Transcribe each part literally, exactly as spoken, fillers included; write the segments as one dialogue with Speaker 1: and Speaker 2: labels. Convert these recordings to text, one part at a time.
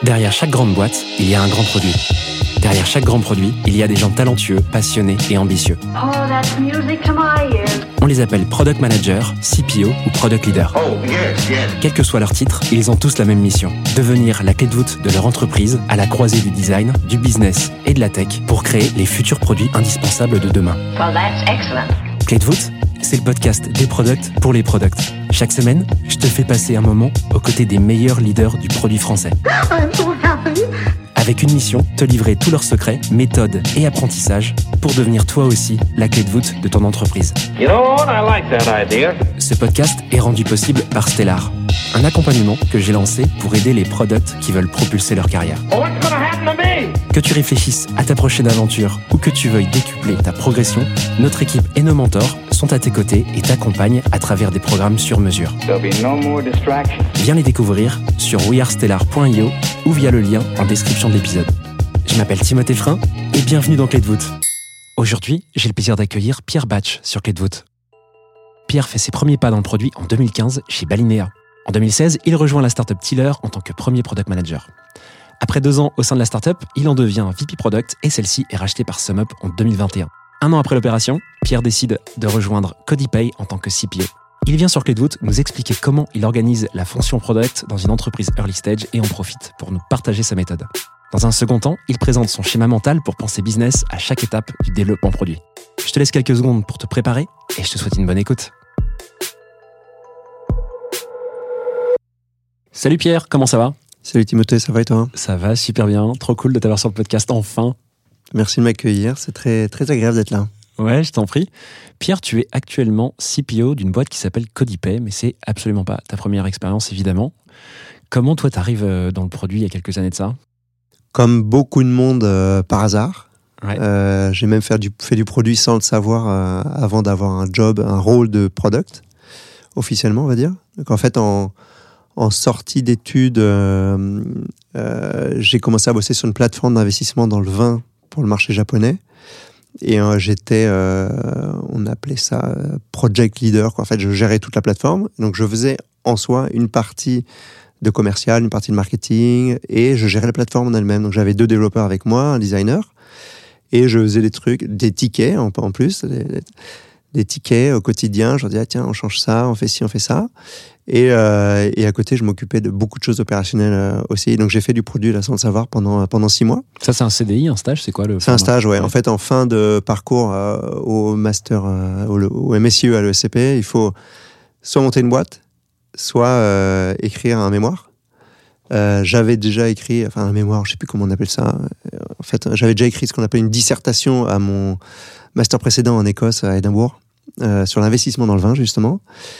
Speaker 1: Derrière chaque grande boîte, il y a un grand produit. Derrière chaque grand produit, il y a des gens talentueux, passionnés et ambitieux.
Speaker 2: Oh, that's music to my ears.
Speaker 1: On les appelle Product Manager, C P O ou Product Leader.
Speaker 3: Oh, yes, yes.
Speaker 1: Quel que soit leur titre, ils ont tous la même mission. Devenir la clé de voûte de leur entreprise à la croisée du design, du business et de la tech pour créer les futurs produits indispensables de demain.
Speaker 2: Well, that's excellent.
Speaker 1: Clé de voûte, c'est le podcast des products pour les products. Chaque semaine, je te fais passer un moment aux côtés des meilleurs leaders du produit français.
Speaker 2: I'm so happy.
Speaker 1: Avec une mission, te livrer tous leurs secrets, méthodes et apprentissages pour devenir toi aussi la clé de voûte de ton entreprise.
Speaker 3: You know what? I like that idea.
Speaker 1: Ce podcast est rendu possible par Stellar, un accompagnement que j'ai lancé pour aider les products qui veulent propulser leur carrière.
Speaker 3: Oh, what's gonna happen to me?
Speaker 1: Que tu réfléchisses à ta prochaine aventure ou que tu veuilles décupler ta progression, notre équipe et nos mentors sont à tes côtés et t'accompagnent à travers des programmes sur mesure.
Speaker 3: There'll be no more distractions.
Speaker 1: Viens les découvrir sur we are stellar point i o ou via le lien en description de l'épisode. Je m'appelle Timothée Frein et bienvenue dans Clé de voûte. Aujourd'hui, j'ai le plaisir d'accueillir Pierre Batch sur Clé de voûte. Pierre fait ses premiers pas dans le produit en deux mille quinze chez Balinea. En deux mille seize, il rejoint la startup Tiller en tant que premier product manager. Après deux ans au sein de la startup, il en devient V P Product et celle-ci est rachetée par SumUp en deux mille vingt et un. Un an après l'opération, Pierre décide de rejoindre Codipay en tant que C P O. Il vient sur Clé de voûte nous expliquer comment il organise la fonction product dans une entreprise early stage et en profite pour nous partager sa méthode. Dans un second temps, il présente son schéma mental pour penser business à chaque étape du développement produit. Je te laisse quelques secondes pour te préparer et je te souhaite une bonne écoute. Salut Pierre, comment ça va ?
Speaker 4: Salut Timothée, ça va et toi ?
Speaker 1: Ça va super bien, trop cool de t'avoir sur le podcast enfin.
Speaker 4: Merci de m'accueillir, c'est très, très agréable d'être là.
Speaker 1: Ouais, je t'en prie. Pierre, tu es actuellement C P O d'une boîte qui s'appelle Codipay, mais c'est absolument pas ta première expérience évidemment. Comment toi t'arrives dans le produit il y a quelques années de ça ?
Speaker 4: Comme beaucoup de monde euh, par hasard.
Speaker 1: Ouais.
Speaker 4: Euh, j'ai même fait du, fait du produit sans le savoir euh, avant d'avoir un job, un rôle de product, officiellement on va dire. Donc en fait en, en sortie d'études, euh, euh, j'ai commencé à bosser sur une plateforme d'investissement dans le vin pour le marché japonais. Et euh, j'étais, euh, on appelait ça euh, project leader, quoi. En fait, je gérais toute la plateforme. Donc, je faisais en soi une partie de commercial, une partie de marketing, et je gérais la plateforme en elle-même. Donc, j'avais deux développeurs avec moi, un designer, et je faisais des trucs, des tickets en, en plus, des, des tickets au quotidien. Je leur disais, ah, tiens, on change ça, on fait ci, on fait ça. Et, euh, et à côté, je m'occupais de beaucoup de choses opérationnelles euh, aussi. Donc, j'ai fait du produit là sans le savoir pendant, pendant six mois.
Speaker 1: Ça, c'est un C D I, un stage, c'est quoi le
Speaker 4: C'est un stage, ouais. En fait, en fin de parcours euh, au master, euh, au, au M S I E à l'E S C P, il faut soit monter une boîte, soit euh, écrire un mémoire. Euh, j'avais déjà écrit, enfin un mémoire, je sais plus comment on appelle ça. En fait, j'avais déjà écrit ce qu'on appelle une dissertation à mon master précédent en Écosse, à Édimbourg, euh, sur l'investissement dans le vin, justement.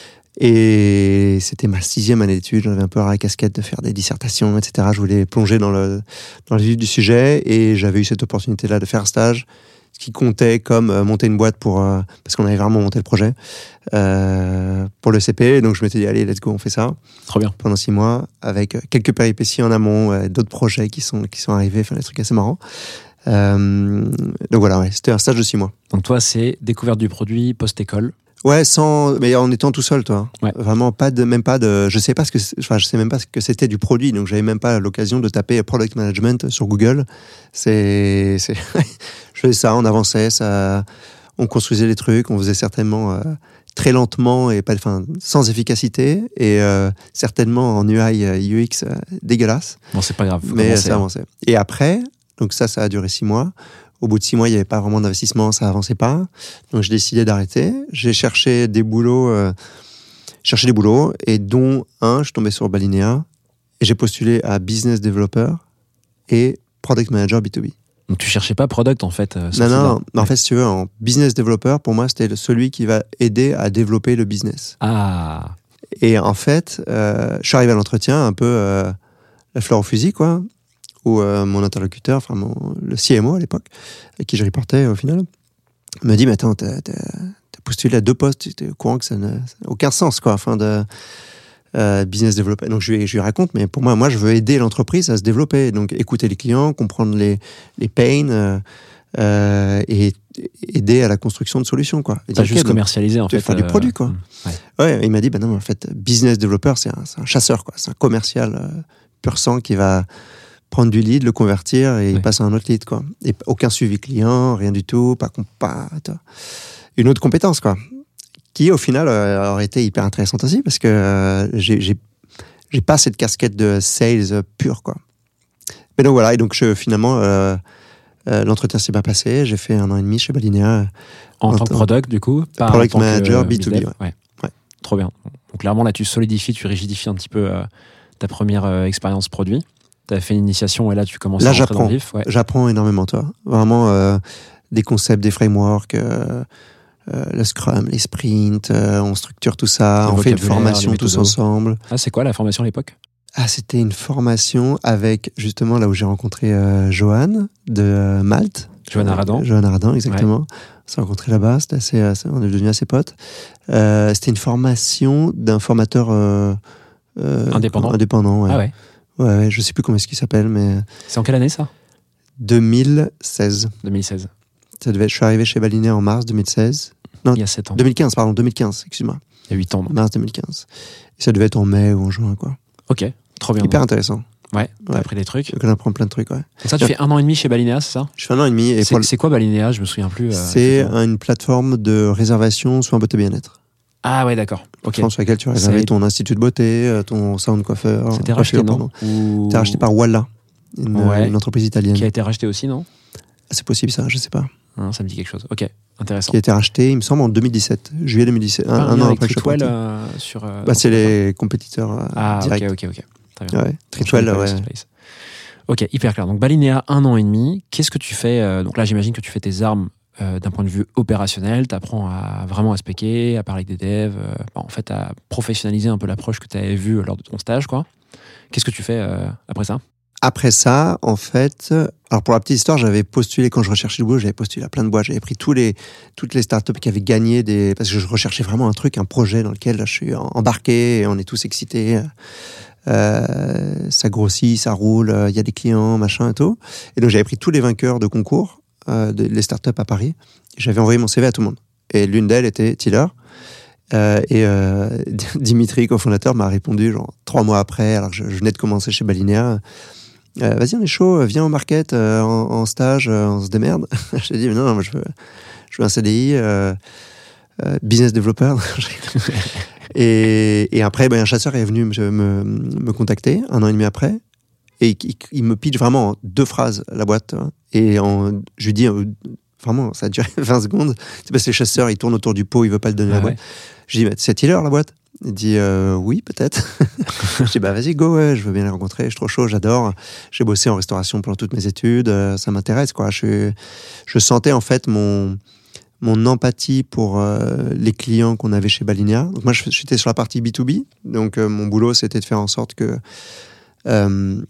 Speaker 4: Et c'était ma sixième année d'études, j'avais un peu à la casquette de faire des dissertations, et cetera. Je voulais plonger dans le, dans le vif du sujet et j'avais eu cette opportunité-là de faire un stage, ce qui comptait comme euh, monter une boîte pour, euh, parce qu'on avait vraiment monté le projet euh, pour le C P. Donc je m'étais dit, allez, let's go, on fait ça.
Speaker 1: Trop bien.
Speaker 4: Pendant six mois, avec quelques péripéties en amont, euh, d'autres projets qui sont, qui sont arrivés, enfin des trucs assez marrants. Euh, donc voilà, ouais, c'était un stage de six mois.
Speaker 1: Donc toi, c'est découverte du produit post-école.
Speaker 4: Ouais, sans, mais en étant tout seul, toi.
Speaker 1: Ouais.
Speaker 4: Vraiment pas de, même pas de, je sais pas ce que, enfin, je sais même pas ce que c'était du produit, donc j'avais même pas l'occasion de taper product management sur Google. C'est, c'est, je faisais ça, on avançait, ça, on construisait les trucs, on faisait certainement euh, très lentement et pas, enfin, sans efficacité et euh, certainement en U I U X euh, dégueulasse.
Speaker 1: Bon, c'est pas grave. Faut
Speaker 4: mais
Speaker 1: commencer,
Speaker 4: ça
Speaker 1: hein.
Speaker 4: avançait. Et après, donc ça, ça a duré six mois. Au bout de six mois, il n'y avait pas vraiment d'investissement, ça avançait pas. Donc, j'ai décidé d'arrêter. J'ai cherché des boulots, euh, cherché des boulots, et dont un, je suis tombé sur Balinea, et j'ai postulé à Business Developer et Product Manager B deux B.
Speaker 1: Donc tu cherchais pas product en fait. Euh,
Speaker 4: non, non, non. En fait, si tu veux, en Business Developer, pour moi, c'était celui qui va aider à développer le business.
Speaker 1: Ah.
Speaker 4: Et en fait, euh, je suis arrivé à l'entretien un peu euh, la fleur au fusil, quoi. Où euh, mon interlocuteur, enfin mon, le C M O à l'époque, avec qui je reportais au final, me dit, mais attends, t'as, t'as, t'as postulé à deux postes, t'es au courant que ça n'a aucun sens, quoi, enfin de euh, business developer. Donc je lui, je lui raconte, mais pour moi, moi, je veux aider l'entreprise à se développer, donc écouter les clients, comprendre les, les pains euh, euh, et aider à la construction de solutions, quoi. Et
Speaker 1: Pas
Speaker 4: dire,
Speaker 1: juste
Speaker 4: okay,
Speaker 1: commercialiser en fait.
Speaker 4: Faire euh, du produit, quoi. Ouais. ouais, il m'a dit, bah non, mais en fait, business developer, c'est un, c'est un chasseur, quoi, c'est un commercial euh, pur sang qui va prendre du lead, le convertir et
Speaker 1: Ouais.
Speaker 4: passer à un autre lead, quoi. Et aucun suivi client, rien du tout, pas, comp- pas une autre compétence, quoi. Qui, au final, euh, aurait été hyper intéressante aussi parce que euh, j'ai, j'ai, j'ai pas cette casquette de sales pure, quoi. Mais donc voilà, et donc je, finalement, euh, euh, l'entretien s'est pas passé. J'ai fait un an et demi chez Balinea.
Speaker 1: En
Speaker 4: En
Speaker 1: tant que
Speaker 4: tant-
Speaker 1: product, du coup, pas
Speaker 4: Product
Speaker 1: en tant
Speaker 4: manager,
Speaker 1: que
Speaker 4: B deux B,
Speaker 1: bizdev.
Speaker 4: ouais.
Speaker 1: Ouais.
Speaker 4: Ouais.
Speaker 1: Trop bien. Donc clairement, là, tu solidifies, tu rigidifies un petit peu euh, ta première euh, expérience produit. Tu as fait une initiation et là, tu commences
Speaker 4: Là,
Speaker 1: à rentrer dans
Speaker 4: j'apprends.
Speaker 1: le vif. Ouais.
Speaker 4: J'apprends énormément, toi. Vraiment, euh, des concepts, des frameworks, euh, euh, le Scrum, les sprints, euh, on structure tout ça,
Speaker 1: Le
Speaker 4: on fait une
Speaker 1: vocabulaire,
Speaker 4: formation
Speaker 1: les
Speaker 4: tous
Speaker 1: méthodos.
Speaker 4: ensemble.
Speaker 1: Ah, c'est quoi la formation à l'époque?
Speaker 4: Ah, c'était une formation avec, justement, là où j'ai rencontré euh, Johan de euh, Malte.
Speaker 1: Johan Aradan.
Speaker 4: Johan Aradan, exactement. On s'est rencontrés là-bas, c'était assez, assez- on est devenus assez potes. Euh, c'était une formation d'un formateur euh, euh,
Speaker 1: Indépendant.
Speaker 4: indépendant, ouais.
Speaker 1: Ah ouais.
Speaker 4: Ouais, ouais, je sais plus comment est-ce qu'il s'appelle, mais
Speaker 1: C'est en quelle année ça?
Speaker 4: deux mille seize.
Speaker 1: deux mille seize.
Speaker 4: Ça devait être- je suis arrivé chez Balinea en mars deux mille seize. Non,
Speaker 1: Il y a sept ans.
Speaker 4: deux mille quinze, pardon, deux mille quinze, excuse-moi.
Speaker 1: Il y a huit ans. donc.
Speaker 4: Mars deux mille quinze. Et ça devait être en mai ou en juin, quoi.
Speaker 1: Ok, trop bien.
Speaker 4: Hyper
Speaker 1: donc.
Speaker 4: intéressant.
Speaker 1: Ouais, t'as
Speaker 4: Ouais.
Speaker 1: appris des trucs.
Speaker 4: Donc on apprend plein de trucs, ouais.
Speaker 1: Donc ça, tu fais un an et demi chez Balinea, c'est ça?
Speaker 4: Je fais un an et demi. Et
Speaker 1: C'est
Speaker 4: pour le-
Speaker 1: c'est quoi Balinea? Je me souviens plus. euh,
Speaker 4: c'est
Speaker 1: exactement.
Speaker 4: une plateforme de réservation soins beauté bien-être.
Speaker 1: Ah ouais, d'accord. Ok.
Speaker 4: Sur laquelle tu as réservé
Speaker 1: C'est-
Speaker 4: ton institut de beauté, euh, ton salon de coiffeur.
Speaker 1: C'était
Speaker 4: coiffure,
Speaker 1: racheté, non?
Speaker 4: pardon.
Speaker 1: Ou...
Speaker 4: C'était racheté par Walla, une,
Speaker 1: Ouais.
Speaker 4: une entreprise italienne.
Speaker 1: Qui a été racheté aussi, non?
Speaker 4: C'est possible ça, je sais pas.
Speaker 1: Hein, ça me dit quelque chose. Ok, intéressant.
Speaker 4: Qui a été racheté, il me semble, en deux mille dix-sept. Juillet deux mille dix-sept.
Speaker 1: Pas
Speaker 4: Un,
Speaker 1: un
Speaker 4: un
Speaker 1: lien
Speaker 4: an
Speaker 1: avec
Speaker 4: après que je sois
Speaker 1: Treatwell
Speaker 4: parti.
Speaker 1: euh, sur. euh,
Speaker 4: Bah, c'est
Speaker 1: dans-
Speaker 4: les compétiteurs euh,
Speaker 1: Ah,
Speaker 4: directs.
Speaker 1: ok, ok, ok. Très bien.
Speaker 4: Ouais. Treatwell,
Speaker 1: Je connais pas
Speaker 4: ouais.
Speaker 1: le Place. Ok, hyper clair. Donc Balinea, un an et demi. Qu'est-ce que tu fais euh, Donc là, j'imagine que tu fais tes armes euh, d'un point de vue opérationnel. Tu apprends à vraiment à spéquer, à parler avec des devs, euh, en fait, à professionnaliser un peu l'approche que tu avais vue lors de ton stage, quoi. Qu'est-ce que tu fais euh, après ça?
Speaker 4: Après ça, en fait, alors pour la petite histoire, j'avais postulé quand je recherchais le boulot, j'avais postulé à plein de boîtes, j'avais pris tous les, toutes les startups qui avaient gagné des, parce que je recherchais vraiment un truc, un projet dans lequel là, je suis embarqué et on est tous excités. Euh, ça grossit, ça roule, il y a des clients, machin et tout. Et donc j'avais pris tous les vainqueurs de concours, euh, de, les startups à Paris. Et j'avais envoyé mon C V à tout le monde. Et l'une d'elles était Tiller. Euh, et euh, Dimitri, cofondateur, m'a répondu genre trois mois après, alors que je, je venais de commencer chez Balinea. Euh, vas-y, on est chaud, viens au market euh, en, en stage, euh, on se démerde. J'ai dit, mais non, non, moi, je, veux, je veux un C D I, euh, euh, business developer. et, et après, ben, un chasseur est venu me, me, me contacter un an et demi après. Et il, il me pitch vraiment en deux phrases la boîte. Hein, et en, je lui dis, euh, vraiment, ça a duré vingt secondes. C'est parce que les chasseurs, ils tournent autour du pot, il veut pas le donner à
Speaker 1: Ah
Speaker 4: la
Speaker 1: ouais.
Speaker 4: boîte. Je dis, mais c'est Tiller la boîte? Il dit, euh, oui, peut-être. Je dis, bah vas-y, go, ouais, je veux bien les rencontrer, je suis trop chaud, j'adore. J'ai bossé en restauration pendant toutes mes études, euh, ça m'intéresse, quoi. Je, je sentais en fait mon, mon empathie pour euh, les clients qu'on avait chez Balinea. Donc moi, je- j'étais sur la partie B deux B, donc euh, mon boulot, c'était de faire en sorte que euh,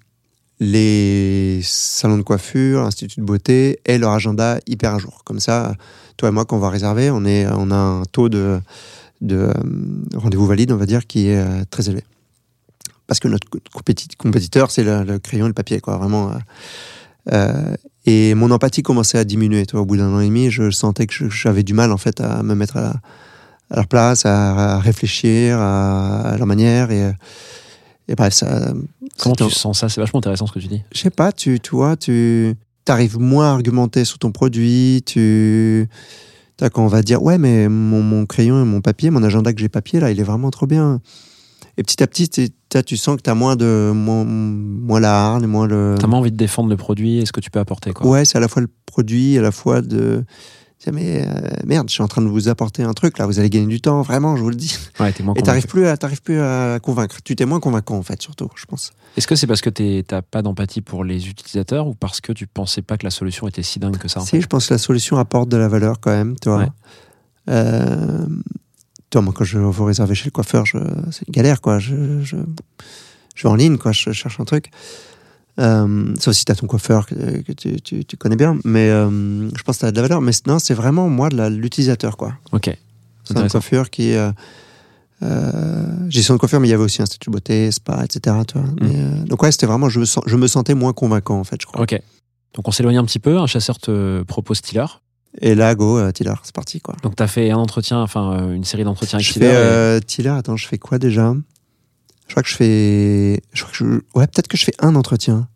Speaker 4: les salons de coiffure, instituts de beauté aient leur agenda hyper à jour. Comme ça, toi et moi, quand on va réserver, on, est, on a un taux de, de euh, rendez-vous valide, on va dire, qui est euh, très élevé. Parce que notre compétit- compétiteur, c'est le, le crayon et le papier, quoi, vraiment. euh, euh, et mon empathie commençait à diminuer. Toi, au bout d'un an et demi, je sentais que je- j'avais du mal, en fait, à me mettre à, la- à leur place, à, à réfléchir à, à leur manière. Et, et bref, ça...
Speaker 1: Comment
Speaker 4: c'était-
Speaker 1: tu sens ça? C'est vachement intéressant ce que tu dis.
Speaker 4: je sais pas, tu, tu vois, tu arrives moins à argumenter sur ton produit, tu... T'as quand on va dire, ouais, mais mon, mon crayon et mon papier, mon agenda que j'ai papier, là, il est vraiment trop bien. Et petit à petit, t'es- t'as- tu sens que t'as moins de, moins, moins la hargne, moins le...
Speaker 1: T'as moins envie de défendre le produit et ce que tu peux apporter, quoi.
Speaker 4: Ouais, c'est à la fois le produit, à la fois de... Tiens, mais euh, merde, je suis en train de vous apporter un truc, là, vous allez gagner du temps, vraiment, je vous le dis.
Speaker 1: Ouais, t'es moins
Speaker 4: Et t'arrives
Speaker 1: convaincu.
Speaker 4: plus, à, t'arrives plus à convaincre. Tu t'es moins convaincant, en fait, surtout, je pense.
Speaker 1: Est-ce que c'est parce que t'es- t'as pas d'empathie pour les utilisateurs ou parce que tu pensais pas que la solution était si dingue que ça? en
Speaker 4: Si,
Speaker 1: fait
Speaker 4: je pense que la solution apporte de la valeur quand même, tu vois.
Speaker 1: Ouais.
Speaker 4: Euh, tu vois, moi, quand je veux réserver chez le coiffeur, je, c'est une galère, quoi. Je, je, je vais en ligne, quoi. Je cherche un truc. Euh, sauf si tu as ton coiffeur que, que tu, tu, tu connais bien. Mais euh, je pense que tu as de la valeur. Mais non, c'est vraiment, moi, de la- l'utilisateur, quoi.
Speaker 1: Ok.
Speaker 4: C'est un
Speaker 1: Intéressant.
Speaker 4: coiffeur qui... Euh, euh, gestion de coiffeur, mais il y avait aussi institut de beauté, spa, et cetera. Tu vois.
Speaker 1: Mm.
Speaker 4: Mais, euh, donc ouais, c'était vraiment... Je me, sens, je me sentais moins convaincant, en fait, je crois.
Speaker 1: Ok. Donc on s'éloigne un petit peu. Un chasseur te propose Tiller.
Speaker 4: Et là, go, euh, Tiller, c'est parti, quoi.
Speaker 1: Donc t'as fait un entretien, enfin euh, une série d'entretiens avec
Speaker 4: Je
Speaker 1: Tiller.
Speaker 4: fais
Speaker 1: et-
Speaker 4: euh, Tiller, attends, je fais quoi déjà? Je crois que je fais. Je crois que je... Ouais, peut-être que je fais un entretien.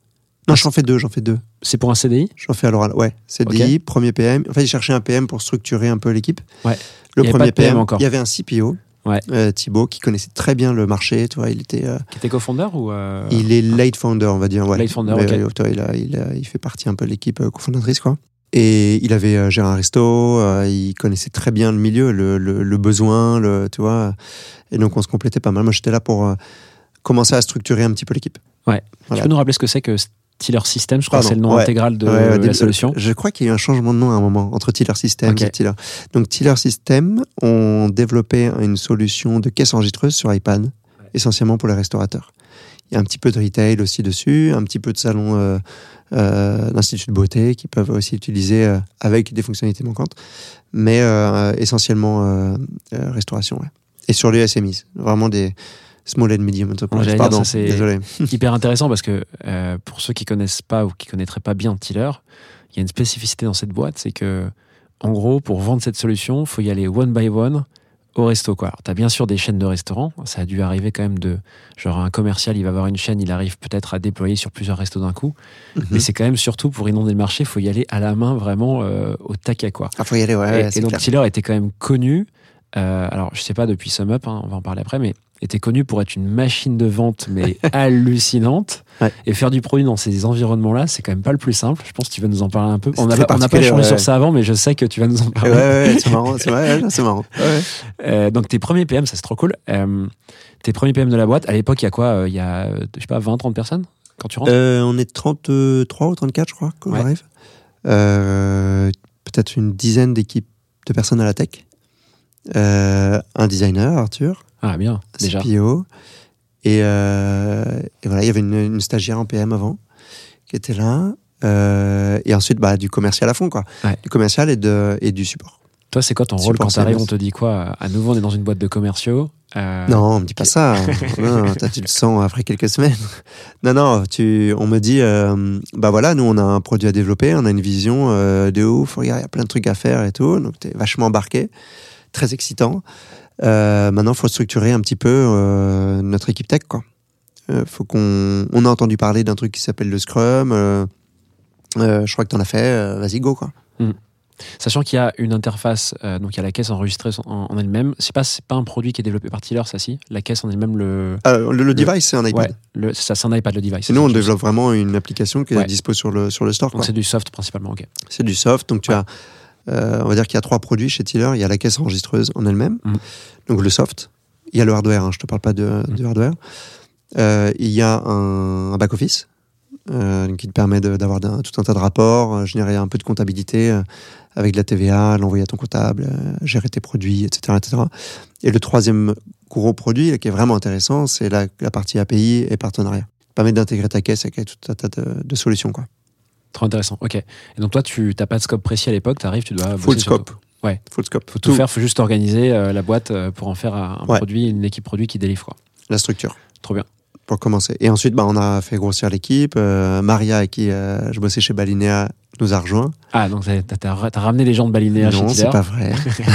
Speaker 4: Non, j'en fais deux, j'en fais deux.
Speaker 1: C'est pour un C D I?
Speaker 4: J'en fais à l'oral. Ouais, C D I,
Speaker 1: Ok.
Speaker 4: premier P M. En fait, j'ai cherché un P M pour structurer un peu l'équipe.
Speaker 1: Ouais.
Speaker 4: Le
Speaker 1: Il y avait
Speaker 4: premier
Speaker 1: pas de P M
Speaker 4: P M,
Speaker 1: encore.
Speaker 4: il y avait un C P O,
Speaker 1: Ouais.
Speaker 4: euh, Thibaut, qui connaissait très bien le marché. Tu vois, il était, euh,
Speaker 1: Qui était co-founder ou euh,
Speaker 4: il est late founder, on va dire. Ouais.
Speaker 1: Late founder,
Speaker 4: Mais,
Speaker 1: ok.
Speaker 4: euh, tu vois, il, a, il, a- il fait partie un peu de l'équipe euh, cofondatrice, quoi. Et il avait euh, géré un resto. Euh, il connaissait très bien le milieu, le, le, le besoin, le, tu vois. Et donc, on se complétait pas mal. Moi, j'étais là pour euh, commencer à structurer un petit peu l'équipe.
Speaker 1: Ouais.
Speaker 4: Voilà.
Speaker 1: Tu peux nous rappeler ce que c'est que Tiller System? Je crois
Speaker 4: Pardon,
Speaker 1: que c'est le nom
Speaker 4: ouais.
Speaker 1: intégral de
Speaker 4: Ouais, ouais,
Speaker 1: la
Speaker 4: dé-
Speaker 1: solution.
Speaker 4: Je crois qu'il y a eu un changement de nom à un moment entre Tiller System
Speaker 1: Ok.
Speaker 4: et Tiller. Donc Tiller System ont développé une solution de caisse enregistreuse sur iPad, essentiellement pour les restaurateurs. Il y a un petit peu de retail aussi dessus, un petit peu de salons euh, euh, d'instituts de beauté qui peuvent aussi utiliser euh, avec des fonctionnalités manquantes, mais euh, essentiellement euh, euh, restauration. Ouais. Et sur les S M I, vraiment des small and medium enterprises.
Speaker 1: J'allais dire,
Speaker 4: Pardon,
Speaker 1: ça, c'est-
Speaker 4: désolé.
Speaker 1: Hyper intéressant parce que euh, pour ceux qui connaissent pas ou qui connaîtraient pas bien Tiller, il y a une spécificité dans cette boîte, c'est que en gros, pour vendre cette solution, il faut y aller one by one au resto, quoi. Alors, t'as bien sûr des chaînes de restaurants, ça a dû arriver quand même de genre un commercial, il va avoir une chaîne, il arrive peut-être à déployer sur plusieurs restos d'un coup, mais c'est quand même surtout pour inonder le marché, il faut y aller à la main vraiment euh, au taquet, quoi.
Speaker 4: Ah, faut y aller, ouais,
Speaker 1: et,
Speaker 4: ouais,
Speaker 1: et
Speaker 4: c'est
Speaker 1: donc
Speaker 4: clair.
Speaker 1: Tiller était quand même connu, euh, alors je sais pas depuis SumUp, hein, on va en parler après, mais était connu pour être une machine de vente mais hallucinante.
Speaker 4: Ouais.
Speaker 1: Et faire du produit dans ces environnements-là, c'est quand même pas le plus simple. Je pense que tu vas nous en parler un peu.
Speaker 4: C'est
Speaker 1: On n'a
Speaker 4: très
Speaker 1: pas, on n'a pas
Speaker 4: particulier,
Speaker 1: échangé
Speaker 4: ouais.
Speaker 1: sur ça avant, mais je sais que tu vas nous en
Speaker 4: Ouais,
Speaker 1: parler.
Speaker 4: ouais, ouais, c'est marrant, c'est vrai, ouais, c'est marrant. Ouais.
Speaker 1: Euh, donc tes premiers P M, ça c'est trop cool. Euh, tes premiers P M de la boîte, à l'époque, il y a quoi euh, Il y a, euh, je sais pas, vingt, trente personnes quand tu rentres
Speaker 4: Euh, on est trente-trois ou trente-quatre, je crois, quand
Speaker 1: Ouais.
Speaker 4: on arrive. Euh, peut-être une dizaine d'équipes de personnes à la tech. Euh, un designer, Arthur,
Speaker 1: Ah, bien, déjà.
Speaker 4: C P O. Et, euh, et voilà, il y avait une, une stagiaire en P M avant qui était là. Euh, et ensuite, bah, du commercial à fond, quoi.
Speaker 1: Ouais.
Speaker 4: Du commercial et, de, et du support.
Speaker 1: Toi, c'est quoi ton rôle
Speaker 4: Support
Speaker 1: quand t'arrives?
Speaker 4: service.
Speaker 1: On te dit quoi? À nouveau, on est dans une boîte de commerciaux. Euh,
Speaker 4: Non, on me dit pas ça. Non, toi, tu le sens après quelques semaines. Non, non, tu, on me dit, euh, bah voilà, nous, on a un produit à développer, on a une vision euh, de ouf, regarde, il y a plein de trucs à faire et tout. Donc, t'es vachement embarqué, très excitant. Euh, maintenant, il faut structurer un petit peu euh, notre équipe tech, quoi. Euh, faut qu'on, on a entendu parler d'un truc qui s'appelle le Scrum. Euh, euh, je crois que t'en as fait. euh, vas-y, go, quoi.
Speaker 1: Sachant qu'il y a une interface, euh, donc il y a la caisse enregistrée en, en elle-même. C'est pas, c'est pas un produit qui est développé par Tiller, ça si. La caisse en elle-même, le.
Speaker 4: Euh, le, le device, c'est un iPad.
Speaker 1: Ouais, le, ça, c'est un iPad, le device.
Speaker 4: Et nous, on
Speaker 1: C'est ça,
Speaker 4: développe vraiment une application qui est
Speaker 1: Ouais.
Speaker 4: dispo sur le, sur le store,
Speaker 1: Donc
Speaker 4: quoi.
Speaker 1: c'est du soft principalement, ok.
Speaker 4: C'est du soft. Donc, tu
Speaker 1: Ouais.
Speaker 4: as, euh, on va dire qu'il y a trois produits chez Tiller. Il y a la caisse enregistreuse en elle-même,
Speaker 1: Mhm.
Speaker 4: donc le soft. Il y a le hardware, hein, je te parle pas de,
Speaker 1: Mhm.
Speaker 4: de hardware. Euh, il y a un, un back-office euh, qui te permet de- d'avoir d'un- tout un tas de rapports, euh, générer un peu de comptabilité euh, avec de la T V A, l'envoyer à ton comptable, euh, gérer tes produits, et cetera, et cetera. Et le troisième gros produit là, qui est vraiment intéressant, c'est la, la partie A P I et partenariat. Ça permet d'intégrer ta caisse avec tout un tas de, de solutions, quoi.
Speaker 1: Trop intéressant, ok. Et donc toi, tu n'as pas de scope précis à l'époque, tu arrives, tu dois.
Speaker 4: Full
Speaker 1: bosser sur
Speaker 4: scope.
Speaker 1: tout. Ouais.
Speaker 4: Full scope.
Speaker 1: Faut tout, faire, faut juste organiser euh, la boîte euh, pour en faire un, un
Speaker 4: Ouais.
Speaker 1: produit, une équipe produit qui délivre, quoi.
Speaker 4: La structure.
Speaker 1: Trop bien.
Speaker 4: Pour commencer. Et ensuite, bah, on a fait grossir l'équipe. Euh, Maria, avec qui euh, je bossais chez Balinea, nous a rejoint.
Speaker 1: Ah, donc t'as, t'as, t'as- t'as ramené les gens de Balinea chez
Speaker 4: Non,
Speaker 1: Tiller.
Speaker 4: c'est pas vrai.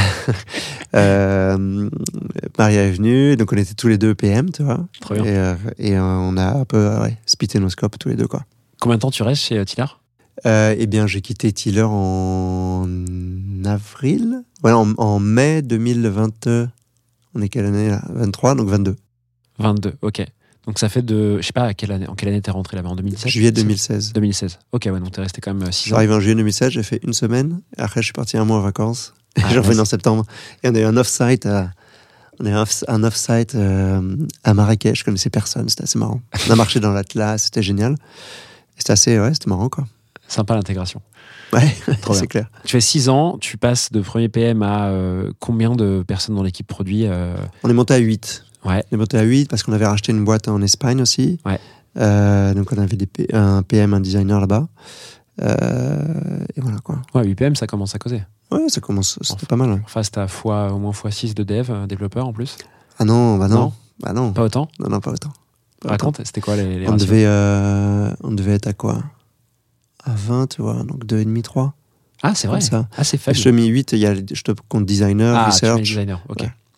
Speaker 4: euh, Maria est venue, donc on était tous les deux P M, tu vois.
Speaker 1: Trop bien.
Speaker 4: Et, euh, et euh, on a un peu euh, ouais, splitté nos scopes tous les deux, quoi.
Speaker 1: Combien de temps tu restes chez euh, Tiller?
Speaker 4: Euh, eh bien, j'ai quitté Tiller en avril. Ouais, en, en mai deux mille vingt. On est quelle année là? vingt-trois, donc vingt-deux.
Speaker 1: vingt-deux, ok. Donc ça fait de. Je sais pas à quelle année, en quelle année t'es rentré là-bas, en deux mille dix-sept?
Speaker 4: Juillet deux mille seize.
Speaker 1: deux mille seize. Ok, ouais, donc t'es resté quand même
Speaker 4: Je
Speaker 1: six
Speaker 4: suis
Speaker 1: ans.
Speaker 4: arrivé en juillet deux mille seize, j'ai fait une semaine. Et après, je suis parti un mois en vacances.
Speaker 1: Ah,
Speaker 4: J'ai revenu
Speaker 1: ouais,
Speaker 4: en septembre. Et on a eu un off-site à, on a eu un off- un off-site euh, à Marrakech. Je connaissais personne. C'était assez marrant. On a marché dans l'Atlas. C'était génial. Et C'était assez, ouais, c'était marrant, quoi.
Speaker 1: Sympa l'intégration.
Speaker 4: Ouais,
Speaker 1: Trop
Speaker 4: c'est
Speaker 1: bien.
Speaker 4: clair.
Speaker 1: Tu fais six ans, tu passes de premier P M à euh, combien de personnes dans l'équipe produit euh,
Speaker 4: On est monté à huit.
Speaker 1: Ouais.
Speaker 4: On est monté à huit parce qu'on avait racheté une boîte en Espagne aussi.
Speaker 1: Ouais.
Speaker 4: Euh, donc on avait des P- un P M, un designer là-bas. Euh, et voilà, quoi.
Speaker 1: Ouais, huit P M, ça commence à causer.
Speaker 4: Ouais, ça commence, c'était pas mal. Ouais.
Speaker 1: En face, t'as fois, au moins fois six de dev, euh, développeurs en plus.
Speaker 4: Ah non, bah non.
Speaker 1: Non.
Speaker 4: Bah non.
Speaker 1: Pas autant.
Speaker 4: Non, non, pas autant. Pas autant.
Speaker 1: Raconte, c'était quoi les, les
Speaker 4: On
Speaker 1: ratios?
Speaker 4: devait, euh, on devait être à quoi? À vingt, tu vois, donc deux virgule cinq, trois.
Speaker 1: Ah, c'est vrai.
Speaker 4: Comme ça.
Speaker 1: Ah, c'est
Speaker 4: Et
Speaker 1: faible.
Speaker 4: je te mets huit, il y a, je te compte designer,
Speaker 1: Ah, tu mets
Speaker 4: research.
Speaker 1: designer, ok.
Speaker 4: Ouais.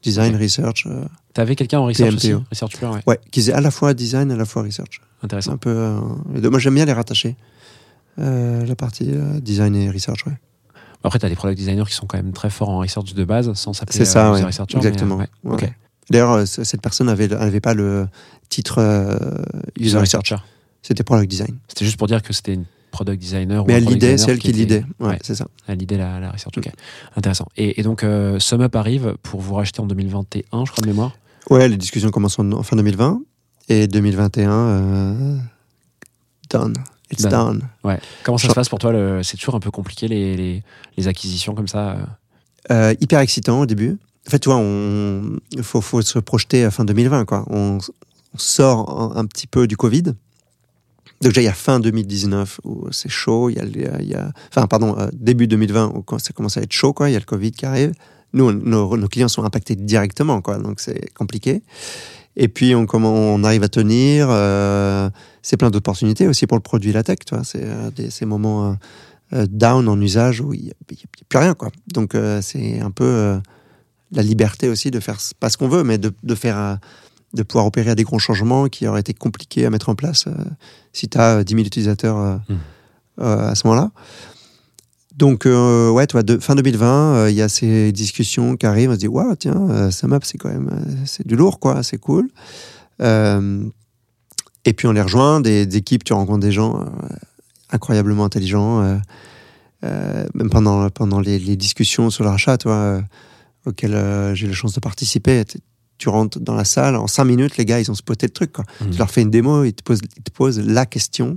Speaker 4: Design,
Speaker 1: Ok.
Speaker 4: research. Euh,
Speaker 1: T'avais quelqu'un en research
Speaker 4: P M P O.
Speaker 1: aussi, research pure, ouais.
Speaker 4: ouais, qui faisait à la fois design, à la fois research. C'est
Speaker 1: Intéressant.
Speaker 4: un peu. Euh, les deux. Moi, j'aime bien les rattacher. Euh, la partie euh, design et research, ouais.
Speaker 1: Après, t'as des product designers qui sont quand même très forts en research de base, sans s'appeler
Speaker 4: C'est ça,
Speaker 1: euh, user
Speaker 4: ouais.
Speaker 1: researcher.
Speaker 4: Exactement.
Speaker 1: Mais, euh, ouais.
Speaker 4: Ouais.
Speaker 1: Ok.
Speaker 4: D'ailleurs, euh, c- cette personne avait, avait pas le titre euh, user,
Speaker 1: User
Speaker 4: research.
Speaker 1: researcher.
Speaker 4: C'était product design.
Speaker 1: C'était juste pour dire que c'était une product designer.
Speaker 4: Mais
Speaker 1: ou un
Speaker 4: elle
Speaker 1: product
Speaker 4: l'idée,
Speaker 1: designer
Speaker 4: c'est elle qui
Speaker 1: était-
Speaker 4: l'idée. Ouais,
Speaker 1: Ouais.
Speaker 4: c'est ça.
Speaker 1: Elle l'idée la, la research. Ok. Intéressant. Et, et donc, euh, SumUp arrive pour vous racheter en deux mille vingt et un, je crois, de mémoire.
Speaker 4: Ouais, les discussions commencent en, en fin deux mille vingt et deux mille vingt et un, euh, done. It's
Speaker 1: Done.
Speaker 4: done.
Speaker 1: Ouais. Comment ça
Speaker 4: Je-
Speaker 1: se passe pour toi le... C'est toujours un peu compliqué les, les, les acquisitions comme ça. euh.
Speaker 4: Euh, hyper excitant au début. En fait, tu vois, on faut, faut se projeter à fin deux mille vingt, quoi. On, on sort un, un petit peu du Covid. Donc déjà, il y a fin deux mille dix-neuf où c'est chaud. Il y a, il y a- il y a- enfin, pardon, euh, début deux mille vingt où quand ça commence à être chaud, quoi. Il y a le Covid qui arrive. Nous, on- nos, nos clients sont impactés directement, quoi. Donc c'est compliqué. Et puis on, comment on arrive à tenir. Euh, c'est plein d'opportunités aussi pour le produit la tech, tu vois. C'est euh, des, ces moments euh, euh, down en usage où il n'y a, il y a plus rien, quoi. Donc euh, c'est un peu euh, la liberté aussi de faire pas ce qu'on veut, mais de, de faire euh, de pouvoir opérer à des grands changements qui auraient été compliqués à mettre en place euh, si tu as dix mille utilisateurs euh,
Speaker 1: Mm.
Speaker 4: euh, à ce moment-là. Donc, euh, ouais, tu vois, de, fin deux mille vingt, euh, il y a ces discussions qui arrivent. On se dit, waouh, tiens, euh, SumUp, c'est quand même euh, c'est du lourd, quoi, c'est cool. Euh, et puis, on les rejoint, des, des équipes, tu rencontres des gens euh, incroyablement intelligents. Euh, euh, même pendant, pendant les, les discussions sur le rachat, tu vois, euh, auxquelles euh, j'ai eu la chance de participer. Tu, tu rentres dans la salle, en cinq minutes, les gars, ils ont spoté le truc, quoi.
Speaker 1: Mhm.
Speaker 4: Tu leur fais une démo, ils te posent, ils te posent la question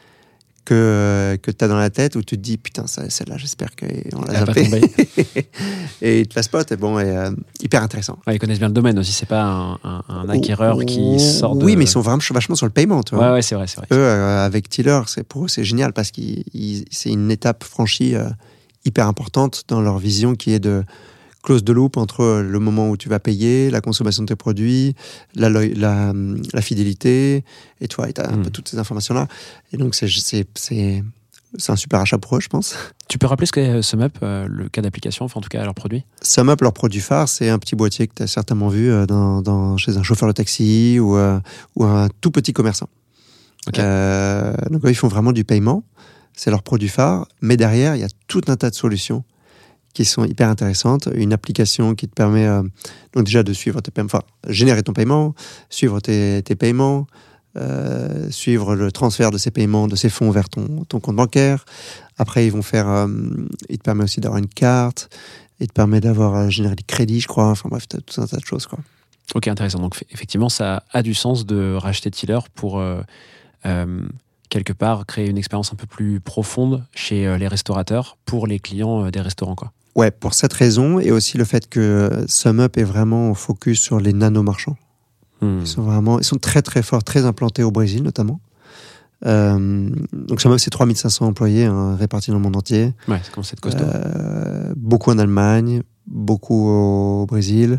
Speaker 4: que, que tu as dans la tête, où tu te dis, putain, ça, celle-là, j'espère qu'on l'a
Speaker 1: Elle a pas
Speaker 4: zappée.
Speaker 1: tombé.
Speaker 4: Et ils te la spotent, et bon, et, euh, hyper intéressant.
Speaker 1: Ouais, ils connaissent bien le domaine aussi. C'est pas un, un, un acquéreur qui sort de.
Speaker 4: Oui, mais ils sont vraiment vachement sur le paiement, tu vois.
Speaker 1: Ouais, ouais, c'est vrai, c'est vrai.
Speaker 4: Eux, euh, avec Tiller, c'est, pour eux, c'est génial parce que c'est une étape franchie euh, hyper importante dans leur vision qui est de close de loop entre le moment où tu vas payer, la consommation de tes produits, la, la, la fidélité, et toi, et tu as un
Speaker 1: Mm.
Speaker 4: peu toutes ces informations-là. Et donc, c'est, c'est, c'est, c'est un super achat pour eux, je pense.
Speaker 1: Tu peux rappeler ce qu'est SumUp, euh, le cas d'application, enfin en tout cas leur produit.
Speaker 4: SumUp, leur produit phare, c'est un petit boîtier que tu as certainement vu euh, dans, dans, chez un chauffeur de taxi ou, euh, ou un tout petit commerçant.
Speaker 1: Ok.
Speaker 4: Euh, donc, eux, ils font vraiment du paiement. C'est leur produit phare. Mais derrière, il y a tout un tas de solutions qui sont hyper intéressantes. Une application qui te permet euh, donc déjà de suivre tes paiements, enfin, générer ton paiement, suivre tes, tes paiements, euh, suivre le transfert de ces paiements, de ces fonds vers ton, ton compte bancaire. Après, ils vont faire, euh, il te permet aussi d'avoir une carte, il te permet d'avoir euh, généré des crédits, je crois. Enfin bref, t'as tout un tas de choses, quoi.
Speaker 1: Ok, intéressant. Donc f- effectivement, ça a du sens de racheter Tiller pour euh, euh, quelque part créer une expérience un peu plus profonde chez euh, les restaurateurs pour les clients euh, des restaurants, quoi.
Speaker 4: Ouais, pour cette raison, et aussi le fait que SumUp est vraiment focus sur les nano-marchands.
Speaker 1: Hmm.
Speaker 4: Ils sont vraiment, ils sont très très forts, très implantés au Brésil notamment. Euh, donc SumUp, c'est trois mille cinq cents employés hein, répartis dans le monde entier.
Speaker 1: Ouais, c'est comme c'est costaud.
Speaker 4: Euh, beaucoup en Allemagne, beaucoup au Brésil,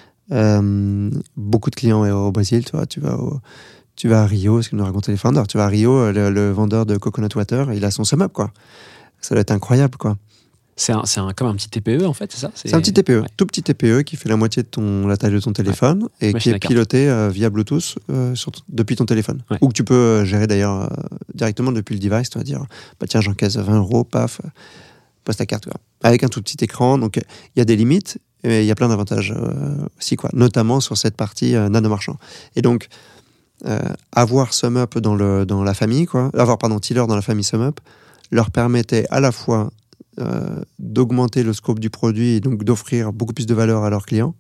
Speaker 4: euh, beaucoup de clients au Brésil. Tu vois, tu vas au, tu vas à Rio, ce que nous racontaient les founders. Tu vas à Rio, le, le vendeur de coconut water, il a son SumUp, quoi. Ça doit être incroyable, quoi.
Speaker 1: C'est un, c'est un, comme un petit T P E en fait, c'est ça?
Speaker 4: C'est un petit T P E,
Speaker 1: Ouais.
Speaker 4: tout petit T P E qui fait la moitié de ton, la taille de ton téléphone et qui
Speaker 1: Machine à
Speaker 4: est
Speaker 1: carte.
Speaker 4: piloté euh, via Bluetooth euh, sur t- depuis ton téléphone.
Speaker 1: Ouais.
Speaker 4: Ou que tu peux euh, gérer d'ailleurs euh, directement depuis le device. Tu vas dire, bah tiens, j'encaisse vingt euros, paf, euh, poste ta carte. Quoi. Avec un tout petit écran. Donc il y a des limites, mais il y a plein d'avantages euh, aussi, quoi. Notamment sur cette partie euh, nano-marchand. Et donc, euh, avoir SumUp dans, le, dans la famille, quoi, avoir pardon, Tiller dans la famille SumUp, leur permettait à la fois Euh, d'augmenter le scope du produit et donc d'offrir beaucoup plus de valeur à leurs clients,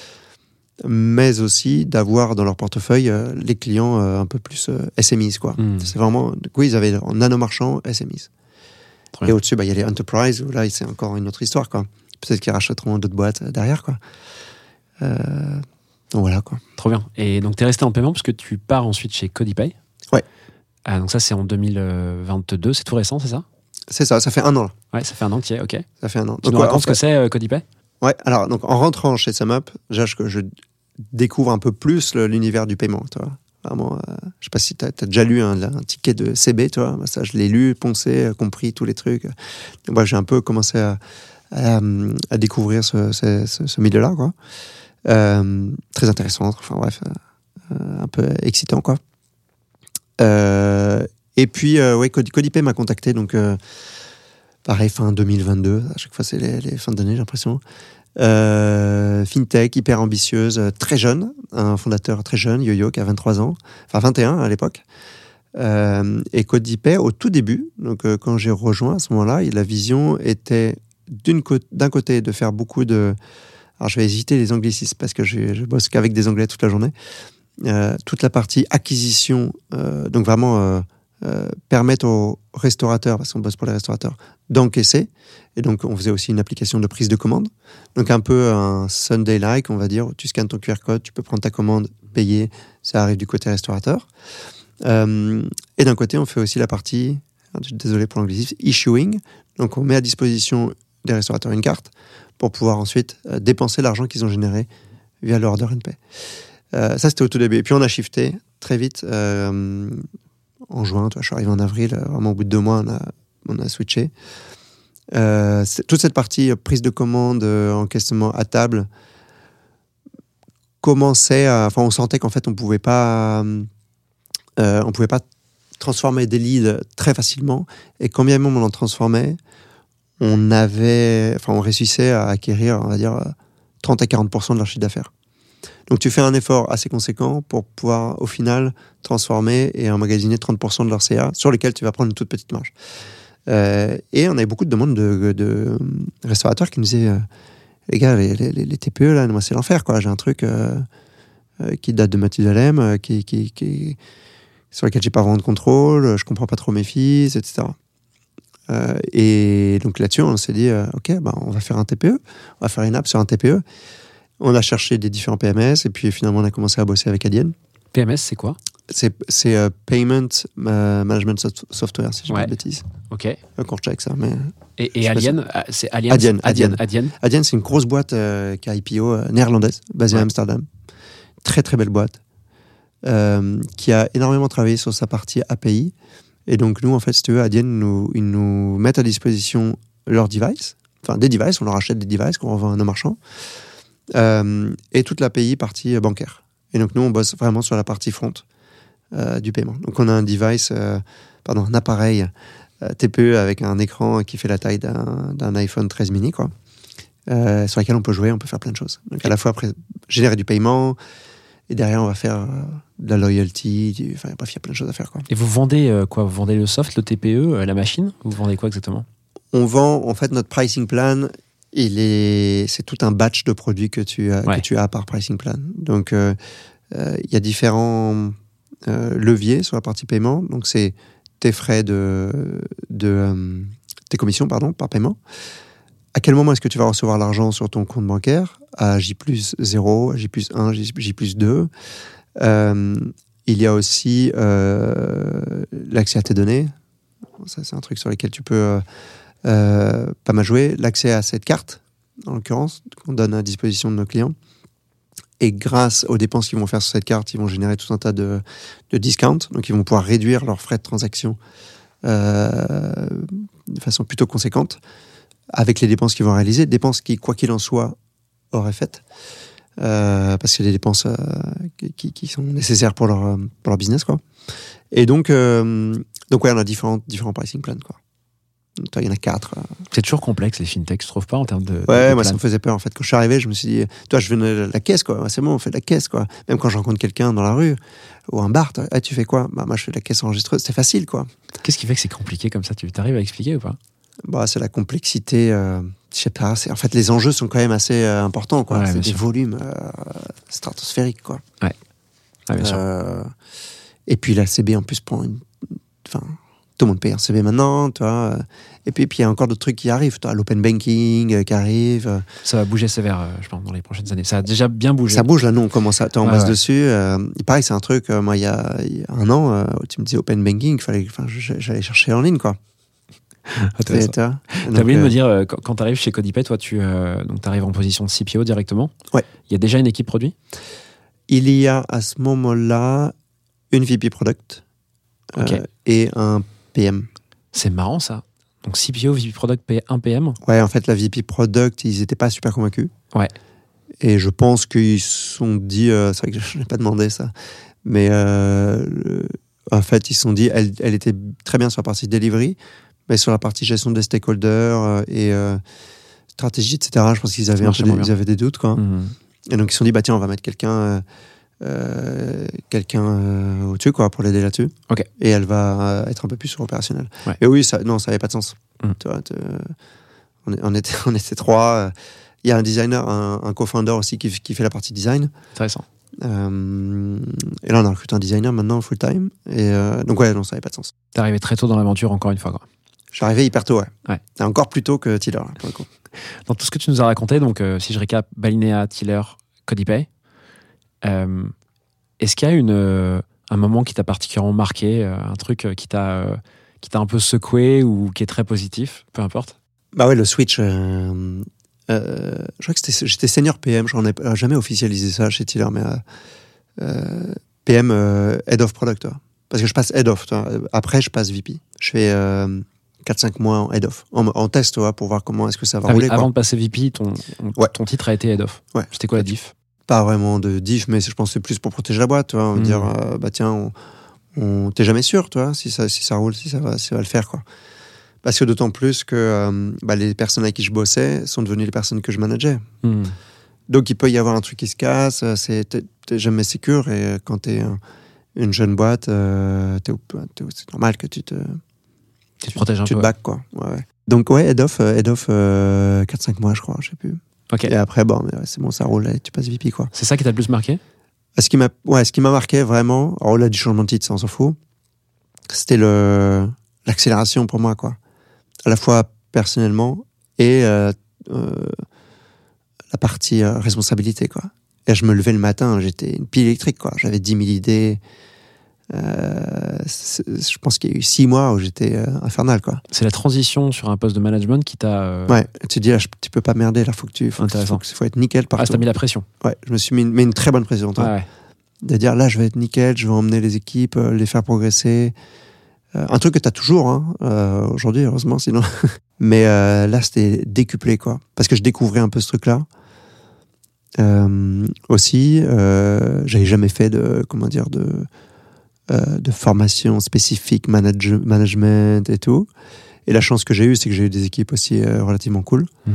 Speaker 4: mais aussi d'avoir dans leur portefeuille euh, les clients euh, un peu plus euh, S M Es, quoi.
Speaker 1: Mm.
Speaker 4: C'est vraiment, du coup, ils avaient en nano-marchand S M Es.
Speaker 1: Très
Speaker 4: Et
Speaker 1: bien.
Speaker 4: au-dessus, bah, il y a les Enterprise, où là, c'est encore une autre histoire, quoi. Peut-être qu'ils rachèteront d'autres boîtes euh, derrière, quoi. Euh, donc voilà, quoi.
Speaker 1: Trop bien. Et donc tu es resté en paiement parce que tu pars ensuite chez Codipay.
Speaker 4: Ouais.
Speaker 1: Ah, donc ça c'est en deux mille vingt-deux, c'est tout récent, c'est ça?
Speaker 4: C'est ça, ça fait un an, là.
Speaker 1: Ouais, ça fait un an que tu y es, ok.
Speaker 4: Ça fait un an.
Speaker 1: Tu nous
Speaker 4: ouais,
Speaker 1: racontes
Speaker 4: en
Speaker 1: ce que
Speaker 4: fait-
Speaker 1: c'est euh, Codipay?
Speaker 4: Ouais, alors, donc, en rentrant chez SumUp, déjà, je, je découvre un peu plus le- l'univers du paiement, tu vois. Vraiment, euh, je sais pas si tu as déjà lu un, un ticket de C B, tu vois. Bah, ça, je l'ai lu, poncé, euh, compris tous les trucs. Donc, bah, j'ai un peu commencé à, à, à découvrir ce, ce, ce, ce milieu-là, quoi. Euh, très intéressante, enfin bref, euh, un peu excitant, quoi. Euh, et puis, euh, ouais, Cod- Codipay m'a contacté, donc euh, pareil, fin deux mille vingt-deux, à chaque fois c'est les, les fins d'année, j'ai l'impression. Euh, fintech, hyper ambitieuse, euh, très jeune, un fondateur très jeune, Yo-Yo, qui a vingt-trois ans, enfin vingt et un à l'époque. Euh, et Codipay, au tout début, donc euh, quand j'ai rejoint à ce moment-là, la vision était d'une co- d'un côté de faire beaucoup de... Alors je vais hésiter les anglicismes parce que je, je bosse qu'avec des anglais toute la journée. Euh, toute la partie acquisition, euh, donc vraiment euh, euh, permettre aux restaurateurs, parce qu'on bosse pour les restaurateurs, d'encaisser. Et donc on faisait aussi une application de prise de commande. Donc un peu un Sunday-like, on va dire, où tu scannes ton Q R code, tu peux prendre ta commande, payer, ça arrive du côté restaurateur. Euh, et d'un côté, on fait aussi la partie, désolé pour l'anglicisme, issuing. Donc on met à disposition des restaurateurs une carte pour pouvoir ensuite euh, dépenser l'argent qu'ils ont généré via leur order and pay. Euh, ça, c'était au tout début. Et puis, on a shifté très vite. Euh, en juin, tu vois, je suis arrivé en avril. Vraiment, au bout de deux mois, on a, on a switché. Euh, toute cette partie euh, prise de commande, euh, encaissement à table, commençait à... Enfin, on sentait qu'en fait, on pouvait pas... Euh, on pouvait pas transformer des leads très facilement. Et quand bien même on en transformait, on avait... Enfin, on réussissait à acquérir, on va dire, trente à quarante pour cent de leur chiffre d'affaires. Donc tu fais un effort assez conséquent pour pouvoir au final transformer et emmagasiner trente pour cent de leur C A sur lesquels tu vas prendre une toute petite marge. Euh, et on avait beaucoup de demandes de, de restaurateurs qui nous disaient euh, les gars, les, les, les T P E là, moi c'est l'enfer quoi. J'ai un truc euh, euh, qui date de Mathusalem, euh, qui, qui, qui, sur lequel j'ai pas vraiment de contrôle, je comprends pas trop mes fees, et cetera. Euh, et donc là-dessus on s'est dit euh, ok, bah, on va faire un T P E, on va faire une app sur un T P E. On a cherché des différents P M S et puis finalement on a commencé à bosser avec Adyen.
Speaker 1: P M S, c'est quoi?
Speaker 4: C'est, c'est uh, Payment uh, Management soft- Software, si je ne dis
Speaker 1: Ouais.
Speaker 4: pas de bêtises.
Speaker 1: Ok.
Speaker 4: Encore check ça, mais...
Speaker 1: Et,
Speaker 4: Je
Speaker 1: et
Speaker 4: sais pas
Speaker 1: Alien, euh, c'est Alien
Speaker 4: Adyen,
Speaker 1: Adyen.
Speaker 4: Adyen.
Speaker 1: Adyen.
Speaker 4: Adyen, c'est une grosse boîte euh, qui a I P O euh, néerlandaise, basée
Speaker 1: Ouais.
Speaker 4: à Amsterdam. Très très belle boîte. Euh, qui a énormément travaillé sur sa partie A P I. Et donc nous, en fait, si tu veux, Adyen, nous, ils nous mettent à disposition leurs devices, enfin des devices, on leur achète des devices qu'on revend à nos marchands. Euh, et toute l'A P I partie bancaire. Et donc nous, on bosse vraiment sur la partie front euh, du paiement. Donc on a un device, euh, pardon, un appareil euh, T P E avec un écran qui fait la taille d'un, d'un iPhone treize mini, quoi, euh, sur lequel on peut jouer, on peut faire plein de choses. Donc à la fois après, générer du paiement, et derrière on va faire euh, de la loyalty, du, enfin bref, il y a plein de choses à faire, quoi.
Speaker 1: Et vous vendez euh, quoi? Vous vendez le soft, le T P E, euh, la machine? Vous vendez quoi exactement?
Speaker 4: On vend, en fait, notre pricing plan. Il est, c'est tout un batch de produits que tu as,
Speaker 1: Ouais.
Speaker 4: que tu as par pricing plan. Donc, il euh, euh, y a différents euh, leviers sur la partie paiement. Donc, c'est tes frais de, de euh, tes commissions, pardon, par paiement. À quel moment est-ce que tu vas recevoir l'argent sur ton compte bancaire? À J plus zéro, à J plus un, J, J plus deux. Euh, il y a aussi euh, l'accès à tes données. Ça, c'est un truc sur lequel tu peux... Euh, Euh, pas mal joué, l'accès à cette carte, en l'occurrence, qu'on donne à disposition de nos clients. Et grâce aux dépenses qu'ils vont faire sur cette carte, ils vont générer tout un tas de, de discounts. Donc, ils vont pouvoir réduire leurs frais de transaction euh, de façon plutôt conséquente avec les dépenses qu'ils vont réaliser. Dépenses qui, quoi qu'il en soit, auraient faites. Euh, parce que c'est des dépenses euh, qui, qui sont nécessaires pour leur, pour leur business, quoi. Et donc, euh, donc ouais, on a différents, différents pricing plans, quoi. Il y en a quatre.
Speaker 1: C'est toujours complexe les fintechs, tu trouves pas en termes de.
Speaker 4: Ouais,
Speaker 1: de
Speaker 4: moi
Speaker 1: plan.
Speaker 4: ça me faisait peur en fait. Quand je suis arrivé, je me suis dit, toi, je venais de la caisse, quoi. C'est bon, on fait de la caisse, quoi. Même quand je rencontre quelqu'un dans la rue ou un bar, ah, tu fais quoi? Bah, moi, je fais de la caisse enregistreuse. C'est facile, quoi.
Speaker 1: Qu'est-ce qui fait que c'est compliqué comme ça? Tu arrives à expliquer ou pas?
Speaker 4: Bah, c'est la complexité. Euh, je sais pas. C'est, en fait, les enjeux sont quand même assez euh, importants, quoi.
Speaker 1: Ouais,
Speaker 4: c'est
Speaker 1: bien
Speaker 4: des
Speaker 1: sûr.
Speaker 4: volumes euh, stratosphériques, quoi.
Speaker 1: Ouais. Ah, bien sûr.
Speaker 4: Euh, et puis la C B en plus prend une. Enfin, tout le monde paye un C B maintenant, tu vois. Et puis, puis il y a encore d'autres trucs qui arrivent. Tu as l'open banking euh, qui arrive. Euh,
Speaker 1: Ça va bouger sévère, euh, je pense, dans les prochaines années. Ça a déjà bien bougé.
Speaker 4: Ça bouge là, nous on commence à. Toi, on
Speaker 1: Ouais,
Speaker 4: bosse
Speaker 1: ouais.
Speaker 4: dessus. Euh, pareil, c'est un truc. Euh, moi, il y, a, il y a un an, euh, tu me disais open banking, fallait, enfin, j'allais chercher en ligne, quoi.
Speaker 1: Intéressant.
Speaker 4: Tu vois.
Speaker 1: T'as
Speaker 4: Donc,
Speaker 1: oublié de
Speaker 4: euh,
Speaker 1: me dire, euh, quand, quand tu arrives chez Codipay, toi, tu euh, arrives en position de C P O directement.
Speaker 4: Ouais.
Speaker 1: Il y a déjà une équipe produit?
Speaker 4: Il y a à ce moment-là une V P product euh,
Speaker 1: Ok.
Speaker 4: et un P M.
Speaker 1: C'est marrant ça. Donc C P O, V P Product, P- un P M.
Speaker 4: Ouais, en fait, la V P product, ils n'étaient pas super convaincus.
Speaker 1: Ouais.
Speaker 4: Et je pense qu'ils se sont dit, euh, c'est vrai que je n'ai pas demandé ça, mais euh, le, en fait, ils se sont dit, elle, elle était très bien sur la partie delivery, mais sur la partie gestion des stakeholders euh, et euh, stratégie, et cetera, je pense qu'ils avaient, un peu des, ils avaient des doutes, quoi.
Speaker 1: Mmh.
Speaker 4: Et donc, ils se sont dit, bah tiens, on va mettre quelqu'un, euh, euh, quelqu'un euh, au-dessus, quoi, pour l'aider là-dessus.
Speaker 1: Ok.
Speaker 4: Et elle va euh, être un peu plus sur l'opérationnel.
Speaker 1: Ouais.
Speaker 4: Et oui, ça, non, ça n'avait pas de sens.
Speaker 1: Mmh.
Speaker 4: Tu vois, te, on, est, on, était, on était trois. Il y a un designer, un, un co-founder aussi qui, qui fait la partie design.
Speaker 1: Intéressant.
Speaker 4: Euh, et là, on a recruté un designer maintenant full-time. Et euh, donc, ouais, non, ça n'avait pas de sens.
Speaker 1: T'es arrivé très tôt dans l'aventure, encore une fois, quoi.
Speaker 4: Je suis arrivé hyper tôt, ouais.
Speaker 1: Ouais.
Speaker 4: Et encore plus tôt que Tiller, pour le coup.
Speaker 1: Dans tout ce que tu nous as raconté, donc euh, si je récap, Balinea, Tiller, Codipay, euh, est-ce qu'il y a une, euh, un moment qui t'a particulièrement marqué, euh, un truc qui t'a, euh, qui t'a un peu secoué ou qui est très positif, peu importe?
Speaker 4: Bah ouais, le switch. Euh, euh, je crois que c'était, j'étais senior P M, je n'en ai jamais officialisé ça chez Tiller, mais euh, euh, P M, euh, Head of Product, toi. Parce que je passe Head of, toi. Après je passe V P. Je fais euh, quatre cinq mois en Head of, en, en test, toi, pour voir comment est-ce que ça va
Speaker 1: ah
Speaker 4: rouler.
Speaker 1: Oui, avant
Speaker 4: quoi.
Speaker 1: de passer V P, ton,
Speaker 4: ouais.
Speaker 1: ton titre a été Head of.
Speaker 4: Ouais.
Speaker 1: C'était quoi la diff?
Speaker 4: Pas vraiment de diff, mais je pense que c'est plus pour protéger la boîte, tu vois. On va
Speaker 1: mmh.
Speaker 4: dire, euh, bah tiens, on, on, t'es jamais sûr, tu vois, si ça, si ça roule, si ça va, si ça va le faire, quoi. Parce que d'autant plus que euh, bah, les personnes avec qui je bossais sont devenues les personnes que je manageais.
Speaker 1: Mmh.
Speaker 4: Donc il peut y avoir un truc qui se casse, c'est, t'es, t'es jamais sécure, et quand t'es un, une jeune boîte, euh, t'es, t'es, c'est normal que tu te,
Speaker 1: tu te protèges un
Speaker 4: tu
Speaker 1: peu.
Speaker 4: Tu te back, quoi. Ouais, ouais. Donc ouais, head off, head off euh, quatre cinq mois, je crois, je sais plus.
Speaker 1: Okay.
Speaker 4: Et après, bon, ouais, c'est bon, ça roule, et tu passes V P, quoi.
Speaker 1: C'est ça qui t'a le plus marqué?
Speaker 4: Ce qui m'a, ouais, ce qui m'a marqué vraiment, alors au-delà du changement de titre, ça on s'en fout, c'était le, l'accélération pour moi, quoi. À la fois personnellement et euh, euh, la partie euh, responsabilité, quoi. Et je me levais le matin, j'étais une pile électrique, quoi. J'avais dix mille idées. Euh, je pense qu'il y a eu six mois où j'étais euh, infernal, quoi.
Speaker 1: C'est la transition sur un poste de management qui t'a... Euh...
Speaker 4: Ouais, tu te dis, là, tu peux pas merder, là, faut que tu... Faut,
Speaker 1: Intéressant.
Speaker 4: faut, faut être nickel partout.
Speaker 1: Ah, ça t'a mis la pression.
Speaker 4: Ouais, je me suis mis une, mais une très bonne pression, toi.
Speaker 1: Ah ouais.
Speaker 4: De dire, là, je vais être nickel, je vais emmener les équipes, euh, les faire progresser. Euh, un truc que t'as toujours, hein, euh, aujourd'hui, heureusement, sinon... Mais euh, là, c'était décuplé, quoi. Parce que je découvrais un peu ce truc-là. Euh, aussi, euh, j'avais jamais fait de, comment dire, de, euh, de formation spécifique, manage, management et tout. Et la chance que j'ai eue, c'est que j'ai eu des équipes aussi euh, relativement cool. Mmh.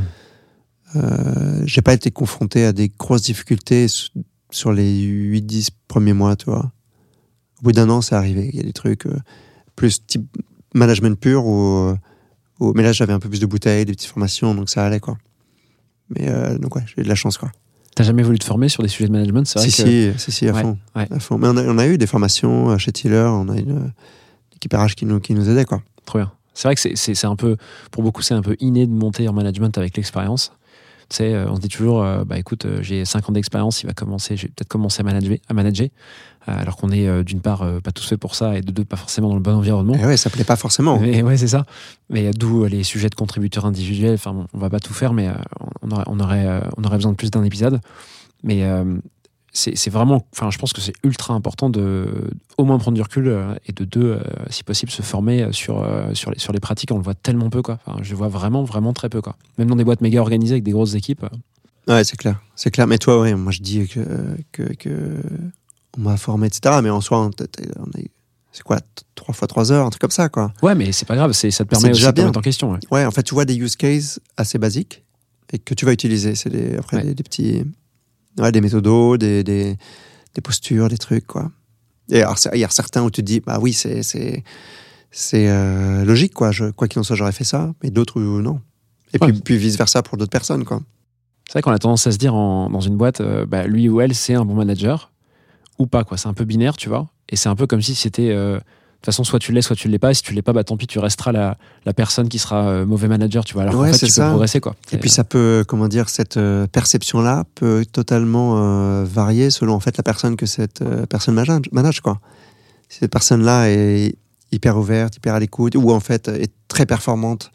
Speaker 4: Euh, j'ai pas été confronté à des grosses difficultés su- sur les huit dix premiers mois, tu vois. Au bout d'un an, c'est arrivé. Il y a des trucs euh, plus type management pur ou... ou mais là, j'avais un peu plus de bouteilles, des petites formations, donc ça allait, quoi. Mais euh, donc ouais, j'ai eu de la chance, quoi.
Speaker 1: T'as jamais voulu te former sur des sujets de management? C'est vrai
Speaker 4: si,
Speaker 1: que...
Speaker 4: si, si, si, à
Speaker 1: ouais,
Speaker 4: fond.
Speaker 1: Ouais.
Speaker 4: À fond. Mais on a, on a eu des formations chez Tiller, on a une, une équipe R H qui nous, qui nous aidait, quoi.
Speaker 1: Trop bien. C'est vrai que c'est, c'est, c'est un peu, pour beaucoup, c'est un peu inné de monter en management avec l'expérience. Tu sais, on se dit toujours, euh, bah écoute, euh, j'ai cinq ans d'expérience, il va commencer, j'ai peut-être commencé à manager, à manager euh, alors qu'on est euh, d'une part euh, pas tous faits pour ça et de deux pas forcément dans le bon environnement.
Speaker 4: Et ouais, ça plaît pas forcément.
Speaker 1: Mais ouais, c'est ça. Mais d'où les sujets de contributeurs individuels. Enfin, bon, on va pas tout faire, mais euh, on aurait, on aurait, euh, on aurait besoin de plus d'un épisode. Mais euh, c'est, c'est vraiment, enfin, je pense que c'est ultra important de, au moins prendre du recul euh, et de deux, euh, si possible, se former sur euh, sur les sur les pratiques. On le voit tellement peu, quoi. Enfin, je le vois vraiment, vraiment très peu, quoi. Même dans des boîtes méga organisées avec des grosses équipes. Euh...
Speaker 4: Ouais, c'est clair, c'est clair. Mais toi, ouais, moi je dis que que, que on m'a formé, et cetera. Mais en soi, on, on a eu, c'est quoi, trois fois trois heures, un truc comme ça, quoi.
Speaker 1: Ouais, mais c'est pas grave, c'est, ça te permet
Speaker 4: c'est
Speaker 1: aussi
Speaker 4: déjà
Speaker 1: de te
Speaker 4: bien.
Speaker 1: remettre en question. Ouais.
Speaker 4: ouais, en fait, tu vois des use cases assez basiques et que tu vas utiliser. C'est des, après
Speaker 1: ouais.
Speaker 4: des, des petits, ouais, des méthodos, des, des, des postures, des trucs, quoi. Et alors, il y a certains où tu te dis, bah oui, c'est, c'est, c'est euh, logique, quoi. Je, quoi qu'il en soit, j'aurais fait ça, mais d'autres où non. Et
Speaker 1: ouais.
Speaker 4: puis, puis vice versa pour d'autres personnes, quoi.
Speaker 1: C'est vrai qu'on a tendance à se dire en, dans une boîte, euh, bah, lui ou elle, c'est un bon manager ou pas, quoi. C'est un peu binaire, tu vois. Et c'est un peu comme si c'était, euh, de toute façon, soit tu l'es, soit tu l'es pas. Et si tu l'es pas, bah tant pis, tu resteras la, la personne qui sera euh, mauvais manager, tu vois. Alors
Speaker 4: ouais,
Speaker 1: qu'en fait,
Speaker 4: c'est
Speaker 1: tu
Speaker 4: ça.
Speaker 1: peux progresser, quoi.
Speaker 4: Et, et puis ça peut, comment dire, cette euh, perception-là peut totalement euh, varier selon en fait la personne que cette euh, personne manage, manage, quoi. Si cette personne-là est hyper ouverte, hyper à l'écoute, ou en fait est très performante,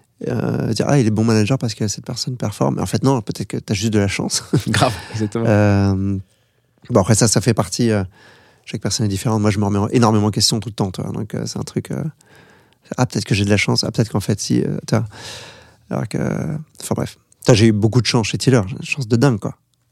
Speaker 4: euh, dire ah il est bon manager parce que cette personne performe. Mais en fait non, peut-être que t'as juste de la chance.
Speaker 1: Grave, exactement.
Speaker 4: euh, bon après ça, ça fait partie. Euh, chaque personne est différente. Moi je me remets énormément en question tout le temps, toi. Donc euh, c'est un truc. Euh, ah peut-être que j'ai de la chance. Ah peut-être qu'en fait si. Euh, toi. Alors que, enfin bref. Toi, j'ai eu beaucoup de chance chez Tiller. J'ai une chance de dingue, quoi.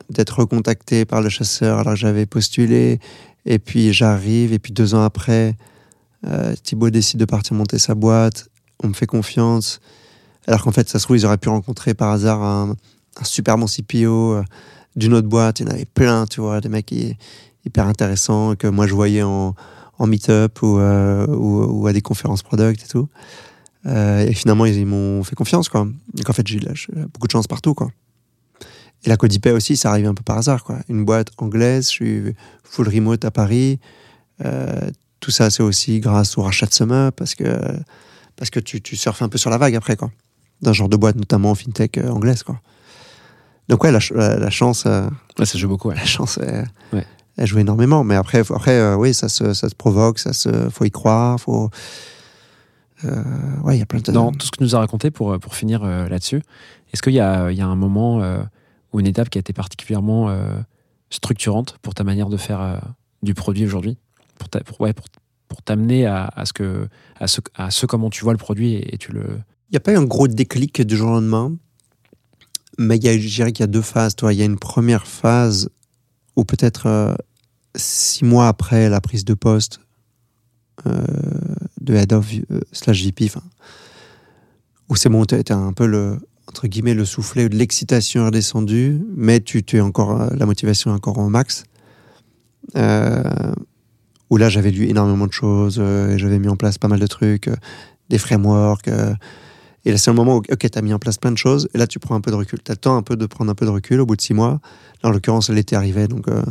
Speaker 4: d'être recontacté par le chasseur alors que j'avais postulé. Et puis j'arrive, et puis deux ans après, euh, Thibaut décide de partir monter sa boîte. On me fait confiance. Alors qu'en fait, ça se trouve, ils auraient pu rencontrer par hasard un, un super bon C P O euh, d'une autre boîte. Il y en avait plein, tu vois, des mecs qui, hyper intéressants que moi je voyais en, en meet-up ou, euh, ou, ou à des conférences product et tout. Euh, et finalement, ils, ils m'ont fait confiance, quoi. Donc en fait, j'ai eu beaucoup de chance partout, quoi. Et la Codipay aussi, ça arrive un peu par hasard, quoi. Une boîte anglaise, je suis full remote à Paris. Euh, tout ça, c'est aussi grâce au rachat de SumUp, parce que, parce que tu, tu surfes un peu sur la vague après, quoi. D'un genre de boîte, notamment fintech euh, anglaise, quoi. Donc ouais, la, la, la chance... Euh,
Speaker 1: ouais, ça joue beaucoup, ouais.
Speaker 4: La chance, elle,
Speaker 1: ouais.
Speaker 4: elle joue énormément. Mais après, après euh, oui, ça se, ça se provoque, ça se, faut y croire, faut... Euh, ouais, il y a plein de...
Speaker 1: Dans tout ce que tu nous as raconté, pour, pour finir euh, là-dessus, est-ce qu'il y a, il y a un moment... Euh, ou une étape qui a été particulièrement euh, structurante pour ta manière de faire euh, du produit aujourd'hui, pour, ta, pour, ouais, pour, pour t'amener à, à, ce que, à, ce, à ce comment tu vois le produit et, et tu le...
Speaker 4: Il n'y a pas eu un gros déclic du jour au lendemain, mais il y a, je dirais qu'il y a deux phases. Toi. Il y a une première phase où peut-être euh, six mois après la prise de poste euh, de Head of euh, slash V P, où c'est bon, tu étais un peu le... entre guillemets, le soufflet de l'excitation est redescendu, mais tu, tu es encore, la motivation est encore au max. Euh, où là, j'avais lu énormément de choses, euh, j'avais mis en place pas mal de trucs, euh, des frameworks. Euh, et là, c'est le moment où, ok, t'as mis en place plein de choses, et là, tu prends un peu de recul. T'as le temps un peu de prendre un peu de recul au bout de six mois. Là, en l'occurrence, l'été arrivait, donc, euh,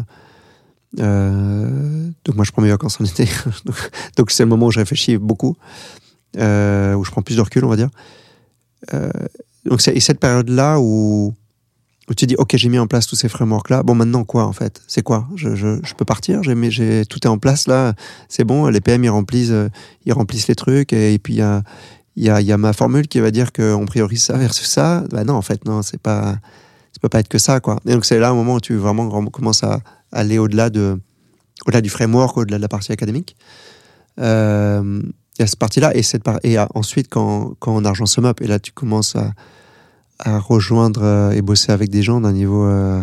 Speaker 4: euh, donc moi, je prends mes vacances en été. donc, donc, c'est le moment où je réfléchis beaucoup, euh, où je prends plus de recul, on va dire. Euh, Donc c'est cette période-là où, où tu dis, ok, j'ai mis en place tous ces frameworks-là. Bon, maintenant quoi en fait? C'est quoi? je, je, je peux partir? J'ai, j'ai, tout est en place là. C'est bon. Les P M ils remplissent, euh, ils remplissent les trucs. Et, et puis il y a, y, a, y a ma formule qui va dire qu'on priorise ça versus ça. Bah non, en fait, non, c'est pas, ça peut pas être que ça, quoi. Et donc c'est là au moment où tu vraiment commences à aller au-delà de, au-delà du framework, au-delà de la partie académique. Euh, Il y a cette partie-là, et, cette par... et ensuite, quand, quand on a rejoint SumUp, et là, tu commences à, à rejoindre euh, et bosser avec des gens d'un niveau euh,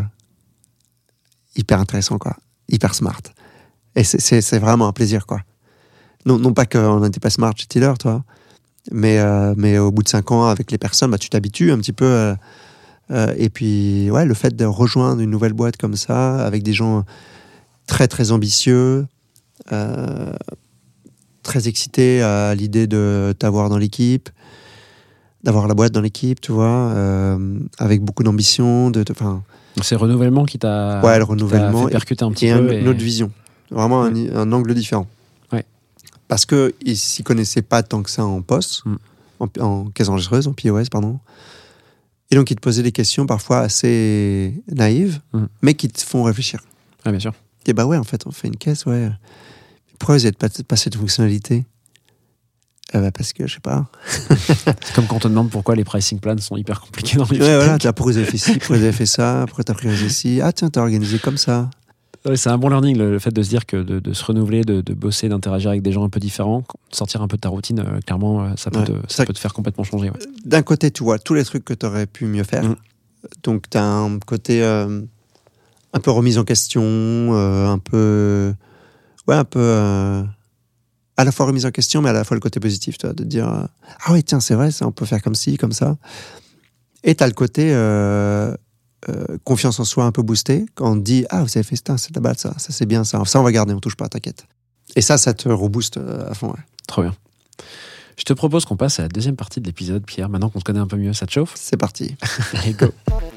Speaker 4: hyper intéressant, quoi. Hyper smart. Et c'est, c'est, c'est vraiment un plaisir, quoi. Non, non pas qu'on n'était pas smart chez Tiller, toi, mais, euh, mais au bout de cinq ans, avec les personnes, bah, tu t'habitues un petit peu. Euh, euh, et puis, ouais, le fait de rejoindre une nouvelle boîte comme ça, avec des gens très, très ambitieux, euh, très excité à l'idée de t'avoir dans l'équipe, d'avoir la boîte dans l'équipe, tu vois, euh, avec beaucoup d'ambition. De, de,
Speaker 1: c'est le renouvellement qui t'a,
Speaker 4: ouais, le renouvellement
Speaker 1: qui t'a fait percuter un petit
Speaker 4: et
Speaker 1: peu.
Speaker 4: Un,
Speaker 1: et
Speaker 4: une autre vision. Vraiment ouais. un, un angle différent.
Speaker 1: Ouais.
Speaker 4: Parce qu'ils ne s'y connaissaient pas tant que ça en P O S, mm. en, en caisse enregistreuse, en P O S, pardon. Et donc, ils te posaient des questions parfois assez naïves, mm. mais qui te font réfléchir.
Speaker 1: Ah, bien sûr.
Speaker 4: Et bah ouais, en fait, on fait une caisse, ouais. Pourquoi vous n'êtes pas, pas cette fonctionnalité? euh, bah Parce que, je sais pas.
Speaker 1: C'est comme quand on te demande pourquoi les pricing plans sont hyper compliqués dans les
Speaker 4: ouais, voilà, pourquoi vous avez fait ci, pourquoi vous avez fait ça, pourquoi tu as priorisé ci. Ah tiens, tu as organisé comme ça.
Speaker 1: Ouais, c'est un bon learning, le, le fait de se dire que de, de se renouveler, de, de bosser, d'interagir avec des gens un peu différents, sortir un peu de ta routine, euh, clairement, euh, ça, peut,
Speaker 4: ouais,
Speaker 1: te, ça, ça peut te faire complètement changer. Ouais.
Speaker 4: D'un côté, tu vois tous les trucs que tu aurais pu mieux faire. Mmh. Donc, tu as un côté euh, un peu remise en question, euh, un peu... Ouais, un peu... Euh, à la fois remise en question, mais à la fois le côté positif, toi, de dire euh, ah oui, tiens, c'est vrai, ça, on peut faire comme ci, comme ça. Et tu as le côté euh, euh, confiance en soi un peu boosté, quand on te dit ah, vous avez fait ça, c'est de la balle, ça, ça c'est bien, ça, ça on va garder, on touche pas, t'inquiète. Et ça, ça te rebooste euh, à fond. Ouais.
Speaker 1: Trop bien. Je te propose qu'on passe à la deuxième partie de l'épisode, Pierre, maintenant qu'on te connaît un peu mieux, ça te chauffe?
Speaker 4: C'est parti.
Speaker 1: Allez, go.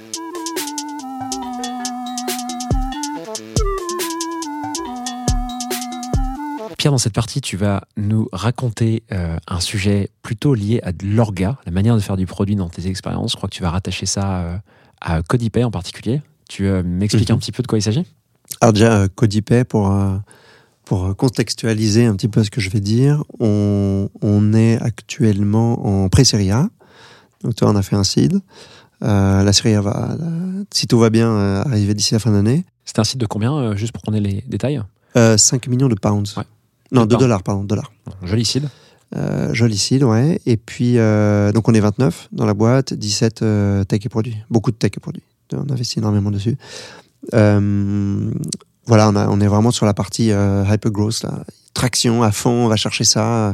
Speaker 1: Pierre, dans cette partie, tu vas nous raconter euh, un sujet plutôt lié à de l'orga, la manière de faire du produit dans tes expériences. Je crois que tu vas rattacher ça euh, à Codipay en particulier. Tu veux euh, m'expliquer mm-hmm. un petit peu de quoi il s'agit? Alors déjà, euh, Codipay, pour, euh, pour contextualiser un petit peu ce que je vais dire, on, on est actuellement en pré-série A. Donc toi, on a fait un seed. Euh, la série A va, la, si tout va bien, euh, arriver d'ici la fin d'année. C'est un seed de combien, euh, juste pour qu'on ait les détails?
Speaker 4: euh, cinq millions de pounds. Ouais. Non, deux dollars, pardon, dollars.
Speaker 1: Joli seed.
Speaker 4: Euh, joli seed, ouais. Et puis, euh, donc on est vingt-neuf dans la boîte, dix-sept euh, tech et produits. Beaucoup de tech et produits. On investit énormément dessus. Euh, voilà, on, a, on est vraiment sur la partie euh, hyper-growth, là. Traction à fond, on va chercher ça.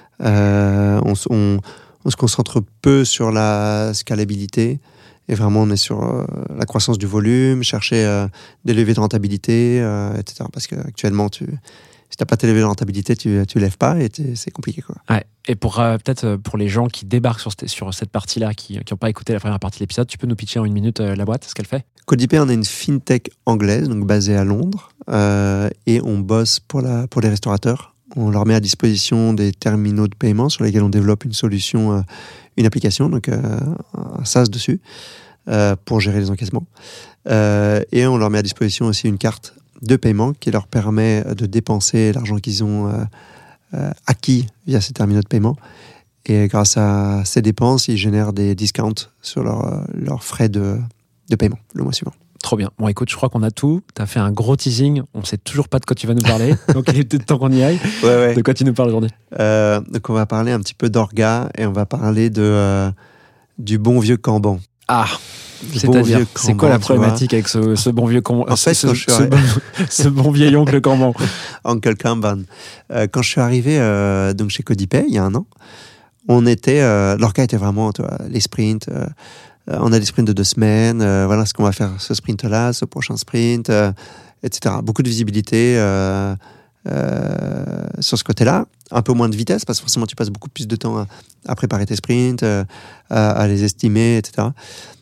Speaker 4: Euh, on, on, on se concentre peu sur la scalabilité. Et vraiment, on est sur euh, la croissance du volume, chercher euh, des levées de rentabilité, euh, et cetera. Parce qu'actuellement, tu, si tu n'as pas tes levées de rentabilité, tu ne lèves pas et c'est compliqué, quoi.
Speaker 1: Ouais. Et pour euh, peut-être euh, pour les gens qui débarquent sur, sur cette partie-là, qui n'ont pas écouté la première partie de l'épisode, tu peux nous pitcher en une minute euh, la boîte, ce qu'elle fait?
Speaker 4: Codipay, on est une fintech anglaise, donc basée à Londres, euh, et on bosse pour, la, pour les restaurateurs. On leur met à disposition des terminaux de paiement sur lesquels on développe une solution, euh, une application, donc euh, un SaaS dessus, euh, pour gérer les encaissements. Euh, et on leur met à disposition aussi une carte de paiement qui leur permet de dépenser l'argent qu'ils ont euh, euh, acquis via ces terminaux de paiement. Et grâce à ces dépenses, ils génèrent des discounts sur leurs leur frais de, de paiement le mois suivant.
Speaker 1: Trop bien. Bon, écoute, je crois qu'on a tout. Tu as fait un gros teasing. On ne sait toujours pas de quoi tu vas nous parler. Donc, il est peut-être temps qu'on y aille.
Speaker 4: Ouais, ouais.
Speaker 1: De quoi tu nous parles aujourd'hui?
Speaker 4: euh, Donc, on va parler un petit peu d'orga et on va parler de, euh, du bon vieux Kanban.
Speaker 1: Ah,
Speaker 4: Le
Speaker 1: c'est-à-dire,
Speaker 4: bon
Speaker 1: c'est quoi la
Speaker 4: Kanban, tu vois.
Speaker 1: problématique avec ce, ce bon vieux Kanban?
Speaker 4: En fait,
Speaker 1: ce,
Speaker 4: quand je suis
Speaker 1: ce,
Speaker 4: arri-
Speaker 1: bon, ce bon vieil oncle Kanban.
Speaker 4: Uncle Kanban. Euh, quand je suis arrivé euh, donc chez Codipay, il y a un an, on était, euh, l'orga était vraiment, tu vois, les sprints. Euh, on a des sprints de deux semaines. Euh, voilà ce qu'on va faire ce sprint-là, ce prochain sprint, euh, et cetera. Beaucoup de visibilité euh, euh, sur ce côté-là. Un peu moins de vitesse parce que forcément tu passes beaucoup plus de temps à, à préparer tes sprints, euh, à, à les estimer, et cetera.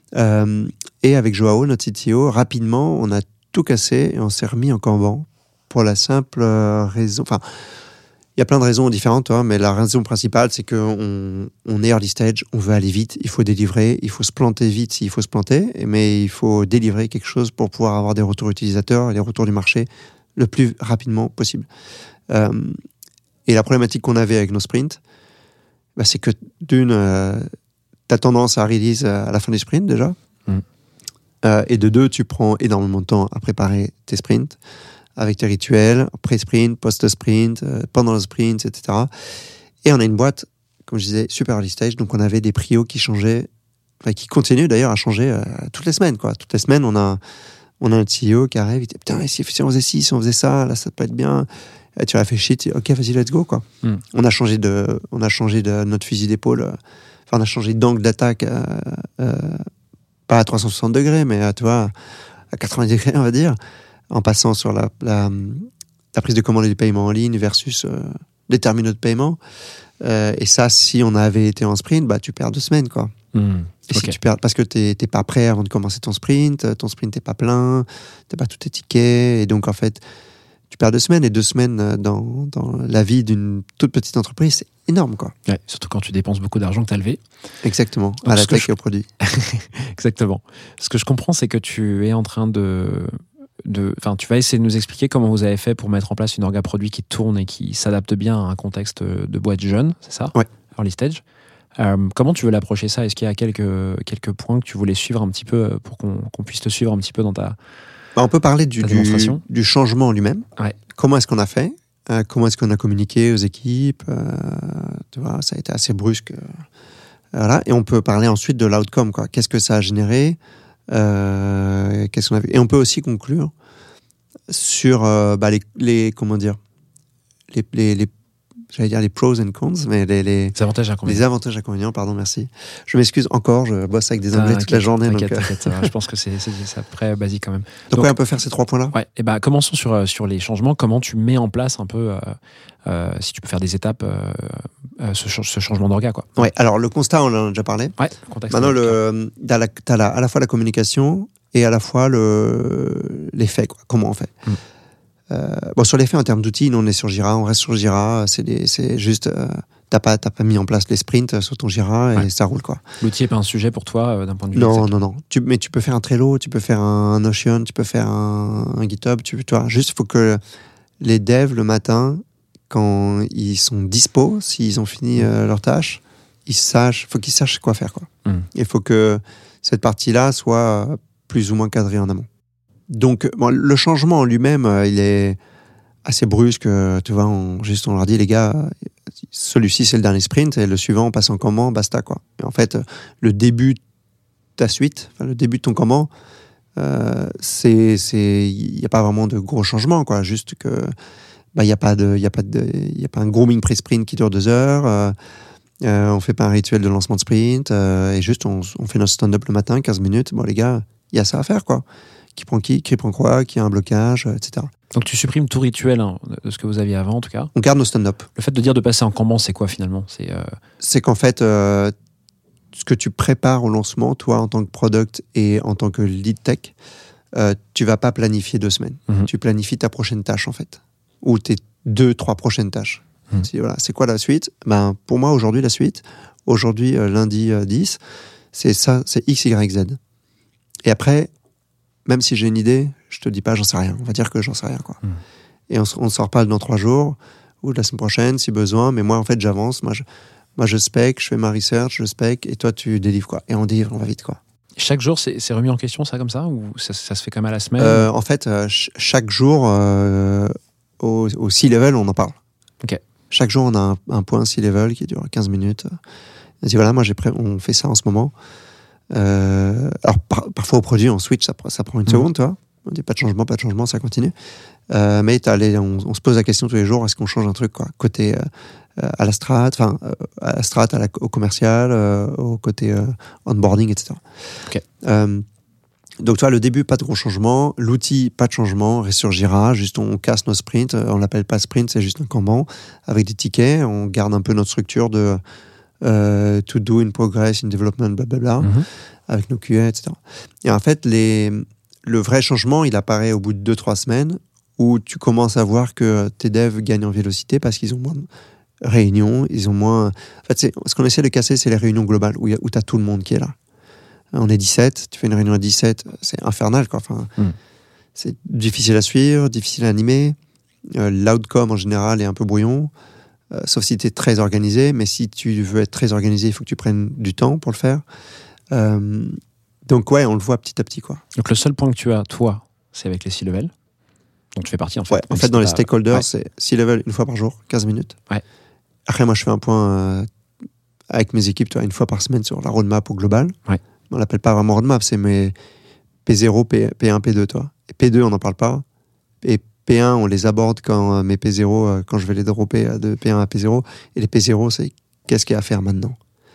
Speaker 4: Euh, et avec Joao, notre C T O, rapidement, on a tout cassé et on s'est remis en Kanban pour la simple raison. Enfin, il y a plein de raisons différentes, hein, mais la raison principale, c'est qu'on on est early stage, on veut aller vite, il faut délivrer, il faut se planter vite s'il faut se planter, mais il faut délivrer quelque chose pour pouvoir avoir des retours utilisateurs et des retours du marché le plus rapidement possible. Euh, et la problématique qu'on avait avec nos sprints, bah, c'est que d'une, euh, tu as tendance à release à la fin du sprint déjà,
Speaker 1: Mm.
Speaker 4: euh, et de deux, tu prends énormément de temps à préparer tes sprints, avec tes rituels, pré-sprint, post-sprint, euh, pendant le sprint, et cetera. Et on a une boîte, comme je disais, super early stage, donc on avait des prios qui changeaient, enfin, qui continuent d'ailleurs à changer euh, toutes les semaines, quoi. Toutes les semaines, on a, on a un C E O qui arrive, il dit, putain, si, si on faisait ci, si on faisait ça, là, ça peut être bien. Et tu réfléchis, tu dis, ok, vas-y, let's go, quoi.
Speaker 1: Mm.
Speaker 4: On a changé de, on a changé de notre fusil d'épaule, euh, enfin, on a changé d'angle d'attaque, euh, euh, pas à trois cent soixante degrés, mais à, tu vois, à quatre-vingts degrés, on va dire, en passant sur la, la, la prise de commande et du paiement en ligne versus euh, les terminaux de paiement. Euh, et ça, si on avait été en sprint, bah, tu perds deux semaines, quoi.
Speaker 1: Mm.
Speaker 4: Et
Speaker 1: Ok.
Speaker 4: si tu perds, parce que t'es, t'es pas prêt avant de commencer ton sprint, ton sprint n'est pas plein, t'as pas tous tes tickets, et donc en fait, tu perds deux semaines, et deux semaines dans, dans la vie d'une toute petite entreprise, c'est énorme, quoi.
Speaker 1: Ouais, surtout quand tu dépenses beaucoup d'argent que tu as levé.
Speaker 4: Exactement,
Speaker 1: Donc,
Speaker 4: à la
Speaker 1: ce que
Speaker 4: tech
Speaker 1: je-
Speaker 4: et au produit.
Speaker 1: Exactement. Ce que je comprends, c'est que tu es en train de... de- Enfin, tu vas essayer de nous expliquer comment vous avez fait pour mettre en place une orga produit qui tourne et qui s'adapte bien à un contexte de boîte jeune, c'est ça?
Speaker 4: Ouais.
Speaker 1: Early stage. Euh, comment tu veux l'approcher ça? Est-ce qu'il y a quelques, quelques points que tu voulais suivre un petit peu euh, pour qu'on qu'on puisse te suivre un petit peu dans ta...
Speaker 4: Bah, on peut parler du,
Speaker 1: Ta
Speaker 4: du,
Speaker 1: démonstration.
Speaker 4: du changement en lui-même.
Speaker 1: Ouais.
Speaker 4: Comment est-ce qu'on a fait? Euh, comment est-ce qu'on a communiqué aux équipes? euh, Tu vois, ça a été assez brusque. euh, voilà. Et on peut parler ensuite de l'outcome, quoi. Qu'est-ce que ça a généré? Euh, qu'est-ce qu'on a vu? Et on peut aussi conclure sur euh, bah, les, les comment dire les, les, les j'allais dire les pros and cons, mais les, les,
Speaker 1: Les avantages et inconvénients.
Speaker 4: les avantages et inconvénients, pardon, merci. Je m'excuse encore, je bosse avec des anglais toute la
Speaker 1: T'inquiète,
Speaker 4: journée. Donc,
Speaker 1: T'inquiète,
Speaker 4: euh,
Speaker 1: t'inquiète, ça va. Je pense que c'est c'est- c'est après basique quand même.
Speaker 4: donc,
Speaker 1: Donc-
Speaker 4: ouais, on peut faire ces trois points-là.
Speaker 1: Ouais, et ben commençons sur, euh, sur les changements. Comment tu mets en place un peu, euh, euh, si tu peux faire des étapes, euh, euh, ce, ch- ce changement d'orga, quoi.
Speaker 4: Ouais, alors le constat, on en a déjà parlé.
Speaker 1: Ouais, le contexte.
Speaker 4: Maintenant,
Speaker 1: est clair.
Speaker 4: le, t'as la, t'as la, à la fois la communication et à la fois le, les faits, quoi. Comment on fait.
Speaker 1: Mm.
Speaker 4: Euh, bon, sur les faits, en termes d'outils, nous, on est sur Jira, on reste sur Jira. C'est, des, c'est juste, euh, t'as pas, t'as pas mis en place les sprints sur ton Jira et
Speaker 1: Ouais.
Speaker 4: ça roule, quoi.
Speaker 1: L'outil n'est pas un sujet pour toi euh, d'un point de vue.
Speaker 4: Non,
Speaker 1: exec.
Speaker 4: non, non. Tu, mais tu peux faire un Trello, tu peux faire un Notion, tu peux faire un, un GitHub. Tu, tu vois, juste, il faut que les devs, le matin, quand ils sont dispo, s'ils ont fini euh, leur tâche, ils sachent, faut qu'ils sachent quoi faire, quoi.
Speaker 1: Mm.
Speaker 4: Il faut que cette partie-là soit plus ou moins cadrée en amont. Donc, bon, le changement en lui-même, euh, il est assez brusque. euh, Tu vois, on, juste on leur dit, les gars, euh, celui-ci c'est le dernier sprint et le suivant on passe en Kanban, basta, quoi. Et en fait, euh, le début de ta suite, enfin, le début de ton Kanban, euh, c'est, c'est, il n'y a pas vraiment de gros changements, quoi. Juste que, bah, il n'y a pas de, il y a pas de, il y a pas un grooming pré-sprint qui dure deux heures. Euh, euh, on fait pas un rituel de lancement de sprint. Euh, et juste, on, on fait notre stand-up le matin, quinze minutes. Bon, les gars, il y a ça à faire, quoi. Qui prend qui, qui prend quoi, qui a un blocage, et cetera.
Speaker 1: Donc tu supprimes tout rituel hein, de ce que vous aviez avant, en tout cas.
Speaker 4: On garde nos stand-up.
Speaker 1: Le fait de dire de passer en Kanban, c'est quoi finalement? C'est, euh...
Speaker 4: c'est qu'en fait, euh, ce que tu prépares au lancement, toi, en tant que product et en tant que lead tech, euh, tu vas pas planifier deux semaines.
Speaker 1: Mm-hmm.
Speaker 4: Tu planifies ta prochaine tâche, en fait. Ou tes deux, trois prochaines tâches. Mm-hmm. Si, voilà, c'est quoi la suite? Ben, pour moi, aujourd'hui, la suite, aujourd'hui, euh, lundi euh, dix, c'est ça, c'est X, Y, Z. Et après, même si j'ai une idée, je te dis pas, j'en sais rien. On va dire que j'en sais rien, quoi. Mm. Et on, on s'en reparle dans trois jours, ou la semaine prochaine, si besoin. Mais moi, en fait, j'avance. Moi, je, moi, je spec, je fais ma research, je spec, et toi, tu délivres, quoi. Et on délivre, on va vite, quoi.
Speaker 1: Chaque jour, c'est, c'est remis en question, ça, comme ça? Ou ça, ça se fait comme à la semaine?
Speaker 4: euh, En fait, euh, ch- chaque jour, euh, au, au C-level, on en parle.
Speaker 1: Ok.
Speaker 4: Chaque jour, on a un, un point C-level qui dure quinze minutes. On dit, voilà, moi, j'ai pré- on fait ça en ce moment. Euh, alors, par, parfois, au produit, on switch, ça, ça prend une mmh. seconde, tu vois. On dit pas de changement, pas de changement, ça continue. Euh, mais les, on, on se pose la question tous les jours, est-ce qu'on change un truc, quoi, côté euh, à la strat, enfin euh, à la strat, à la, au commercial, euh, au côté euh, onboarding, et cetera.
Speaker 1: Okay.
Speaker 4: Euh, donc, tu vois, le début, pas de gros changement. L'outil, pas de changement, ressurgira. Juste, on casse nos sprints. On l'appelle pas sprint, c'est juste un Kanban avec des tickets. On garde un peu notre structure de euh, to do, in progress, in development, blablabla, mm-hmm. avec nos Q A, et cetera. Et en fait, les le vrai changement, il apparaît au bout de deux trois semaines où tu commences à voir que tes devs gagnent en vélocité parce qu'ils ont moins de réunions, ils ont moins... En fait, c'est... ce qu'on essaie de casser, c'est les réunions globales où, où tu as tout le monde qui est là. On est dix-sept, tu fais une réunion à dix-sept, c'est infernal, quoi. Enfin, mm. C'est difficile à suivre, difficile à animer. Euh, l'outcome, en général, est un peu brouillon, euh, sauf si tu es très organisé. Mais si tu veux être très organisé, il faut que tu prennes du temps pour le faire. Euh, Donc ouais, on le voit petit à petit, quoi.
Speaker 1: Donc le seul point que tu as, toi, c'est avec les C-level. Donc tu fais partie en fait.
Speaker 4: Ouais, en fait, dans les stakeholders, ouais. c'est C-level une fois par jour, quinze minutes.
Speaker 1: Ouais.
Speaker 4: Après, moi, je fais un point euh, avec mes équipes, tu vois, une fois par semaine sur la roadmap au global.
Speaker 1: Ouais.
Speaker 4: On l'appelle pas vraiment roadmap, c'est mes P zéro, P un, P deux, toi. Et P deux, on n'en parle pas. Et P un, on les aborde quand euh, mes P zéro, euh, quand je vais les dropper de P un à P zéro. Et les P zéro, c'est qu'est-ce qu'il y a à faire maintenant.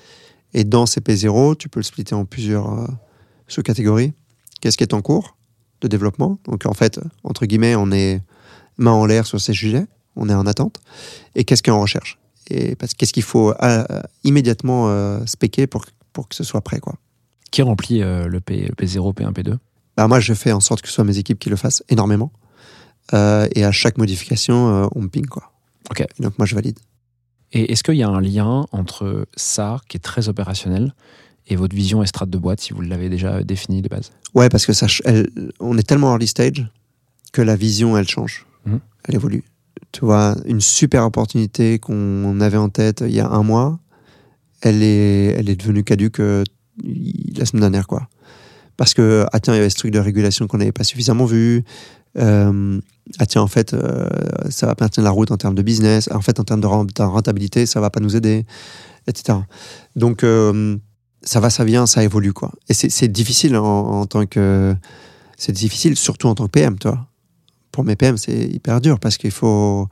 Speaker 4: Et dans ces P zéro, tu peux le splitter en plusieurs euh, sous-catégories. Qu'est-ce qui est en cours de développement? Donc en fait, entre guillemets, on est main en l'air sur ces sujets, on est en attente. Et qu'est-ce qui est en recherche? Et parce, qu'est-ce qu'il faut euh, immédiatement euh, spéquer pour, pour que ce soit prêt, quoi.
Speaker 1: Qui remplit euh, le, P, le P zéro, P un, P deux? Bah,
Speaker 4: moi, je fais en sorte que ce soit mes équipes qui le fassent énormément. Euh, et à chaque modification, euh, on me ping, quoi.
Speaker 1: Okay.
Speaker 4: Et donc moi, je valide.
Speaker 1: Et est-ce qu'il y a un lien entre ça, qui est très opérationnel, et votre vision et strat de boîte, si vous l'avez déjà définie de base?
Speaker 4: Ouais, parce que ça, elle, on est tellement early stage que la vision, elle change. Mmh. Elle évolue. Tu vois, une super opportunité qu'on avait en tête il y a un mois, elle est, elle est devenue caduque euh, la semaine dernière, quoi. Parce que, ah tiens, il y avait ce truc de régulation qu'on n'avait pas suffisamment vu. Euh, ah tiens, en fait, euh, ça va pas tenir la route en termes de business. En fait, en termes de rentabilité, ça va pas nous aider, et cetera. Donc, euh, ça va, ça vient, ça évolue, quoi. Et c'est, c'est difficile en, en tant que... C'est difficile, surtout en tant que P M, tu vois. Pour mes P M, c'est hyper dur parce qu'il faut...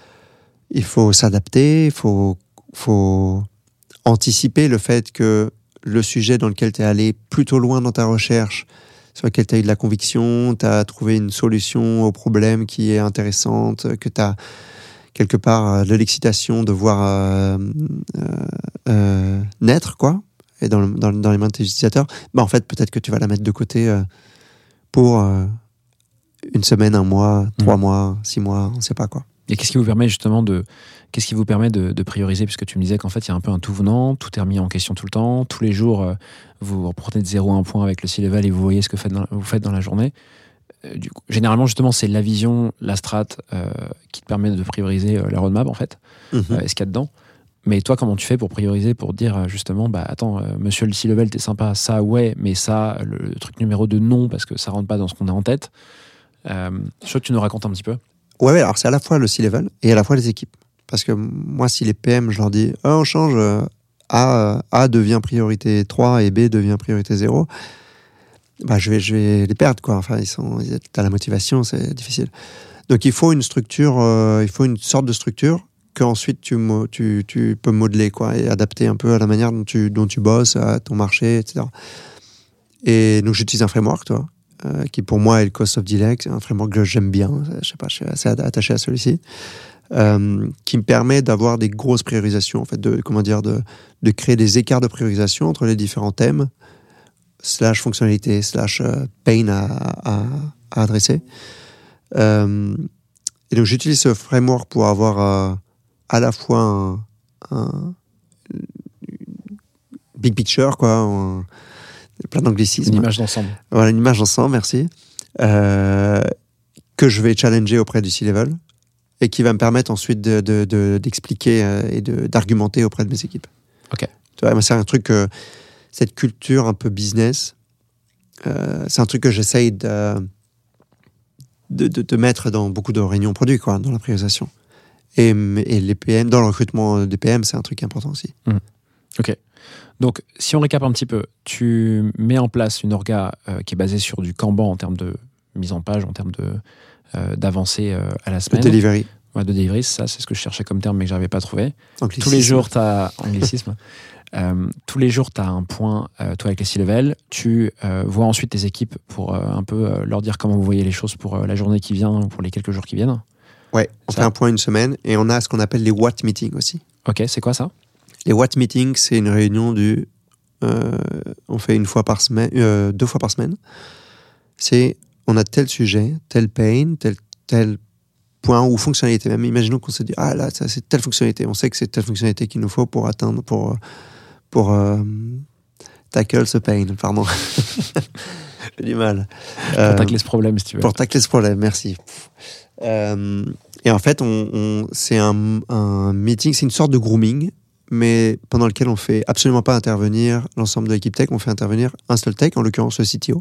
Speaker 4: Il faut s'adapter, il faut, faut anticiper le fait que le sujet dans lequel tu es allé plutôt loin dans ta recherche, sur lequel tu as eu de la conviction, tu as trouvé une solution au problème qui est intéressante, que tu as quelque part de l'excitation de voir euh, euh, euh, naître, quoi, et dans, le, dans, dans les mains de tes utilisateurs, bah en fait, peut-être que tu vas la mettre de côté euh, pour euh, une semaine, un mois, trois mmh. mois, six mois, on ne sait pas, quoi.
Speaker 1: Et qu'est-ce qui vous permet justement de, qu'est-ce qui vous permet de, de prioriser? Puisque tu me disais qu'en fait, il y a un peu un tout venant, tout est remis en question tout le temps. Tous les jours, euh, vous reprenez de zéro à un point avec le C-level et vous voyez ce que faites dans, vous faites dans la journée. Euh, du coup, généralement, justement, c'est la vision, la strat euh, qui te permet de prioriser euh, la roadmap, en fait. Mm-hmm. Euh, et ce qu'il y a dedans. Mais toi, comment tu fais pour prioriser, pour dire justement, bah attends, euh, monsieur le C-level, t'es sympa, ça, ouais, mais ça, le, le truc numéro deux, non, parce que ça rentre pas dans ce qu'on a en tête. Euh, je veux que tu nous racontes un petit peu.
Speaker 4: Ouais, ouais, alors c'est à la fois le C-level et à la fois les équipes. Parce que moi, si les P M, je leur dis oh, on change, A, A devient priorité trois et B devient priorité zéro, bah, je vais, je vais les perdre, quoi. Enfin, ils sont, t'as la motivation, c'est difficile. Donc, il faut une structure, euh, il faut une sorte de structure qu'ensuite tu, mo- tu, tu peux modeler, quoi, et adapter un peu à la manière dont tu, dont tu bosses, à ton marché, et cetera. Et donc, j'utilise un framework, toi, euh, qui pour moi est le Cost of Delay, c'est un framework que j'aime bien. Je sais pas, je suis assez attaché à celui-ci, euh, qui me permet d'avoir des grosses priorisations, en fait, de, comment dire, de, de créer des écarts de priorisation entre les différents thèmes, slash fonctionnalité, slash euh, pain à, à, à adresser. Euh, et donc, j'utilise ce framework pour avoir euh, à la fois un, un big picture, quoi, un, plein d'anglicismes.
Speaker 1: Une image d'ensemble.
Speaker 4: Voilà, une image d'ensemble, merci. Euh, que je vais challenger auprès du C-level et qui va me permettre ensuite de, de, de, d'expliquer euh, et de, d'argumenter auprès de mes équipes.
Speaker 1: Ok.
Speaker 4: Tu vois, moi, c'est un truc, euh, cette culture un peu business, euh, c'est un truc que j'essaye de, de, de, de mettre dans beaucoup de réunions produits, quoi, dans la priorisation. Et, et les P M, dans le recrutement des P M, c'est un truc important aussi.
Speaker 1: Mmh. Ok. Donc, si on récap un petit peu, tu mets en place une orga euh, qui est basée sur du Kanban en termes de mise en page, en termes de, euh, d'avancée euh, à la semaine.
Speaker 4: De delivery.
Speaker 1: Ouais, de delivery, ça, c'est ce que je cherchais comme terme, mais que je n'arrivais pas à trouver.
Speaker 4: Anglicisme.
Speaker 1: Tous les jours, tu as... Anglicisme. euh, tous les jours, tu as un point, euh, toi, avec les C-level. Tu euh, vois ensuite tes équipes pour euh, un peu euh, leur dire comment vous voyez les choses pour euh, la journée qui vient ou pour les quelques jours qui viennent.
Speaker 4: Ouais, on
Speaker 1: Ça.
Speaker 4: fait un point une semaine et on a ce qu'on appelle les Watt meetings aussi.
Speaker 1: Ok, c'est quoi ça?
Speaker 4: Les Watt meetings, c'est une réunion du... Euh, on fait une fois par semaine, euh, deux fois par semaine. C'est, on a tel sujet, tel pain, tel, tel point ou fonctionnalité. Même imaginons qu'on se dit, ah là, ça, c'est telle fonctionnalité. On sait que c'est telle fonctionnalité qu'il nous faut pour atteindre, pour, pour euh, tackle ce pain. Pardon. J'ai du mal.
Speaker 1: Pour
Speaker 4: Euh,
Speaker 1: tacler ce problème, si tu veux.
Speaker 4: Pour tacler ce problème, merci. Euh, et en fait, on, on, c'est un, un meeting, c'est une sorte de grooming, mais pendant lequel on fait absolument pas intervenir l'ensemble de l'équipe tech, on fait intervenir un seul tech, en l'occurrence le C T O,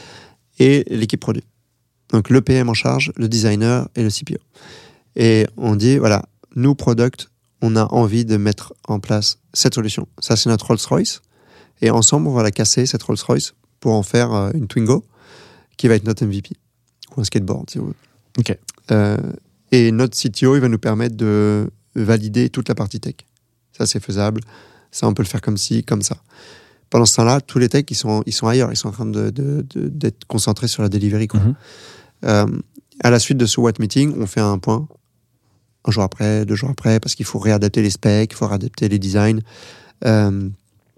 Speaker 4: et l'équipe produit. Donc le P M en charge, le designer et le C P O. Et on dit, voilà, nous, product, on a envie de mettre en place cette solution. Ça, c'est notre Rolls-Royce. Et ensemble, on va la casser, cette Rolls-Royce, pour en faire euh, une Twingo, qui va être notre M V P. Ou un skateboard, si vous voulez.
Speaker 1: Ok.
Speaker 4: Euh, et notre C T O, il va nous permettre de valider toute la partie tech. Ça, c'est faisable. Ça, on peut le faire comme ci, comme ça. Pendant ce temps-là, tous les techs, ils sont, ils sont ailleurs. Ils sont en train de, de, de, d'être concentrés sur la delivery, quoi.
Speaker 1: Mm-hmm.
Speaker 4: Euh, à la suite de ce Watt Meeting, on fait un point. Un jour après, deux jours après, parce qu'il faut réadapter les specs, il faut réadapter les designs. Euh,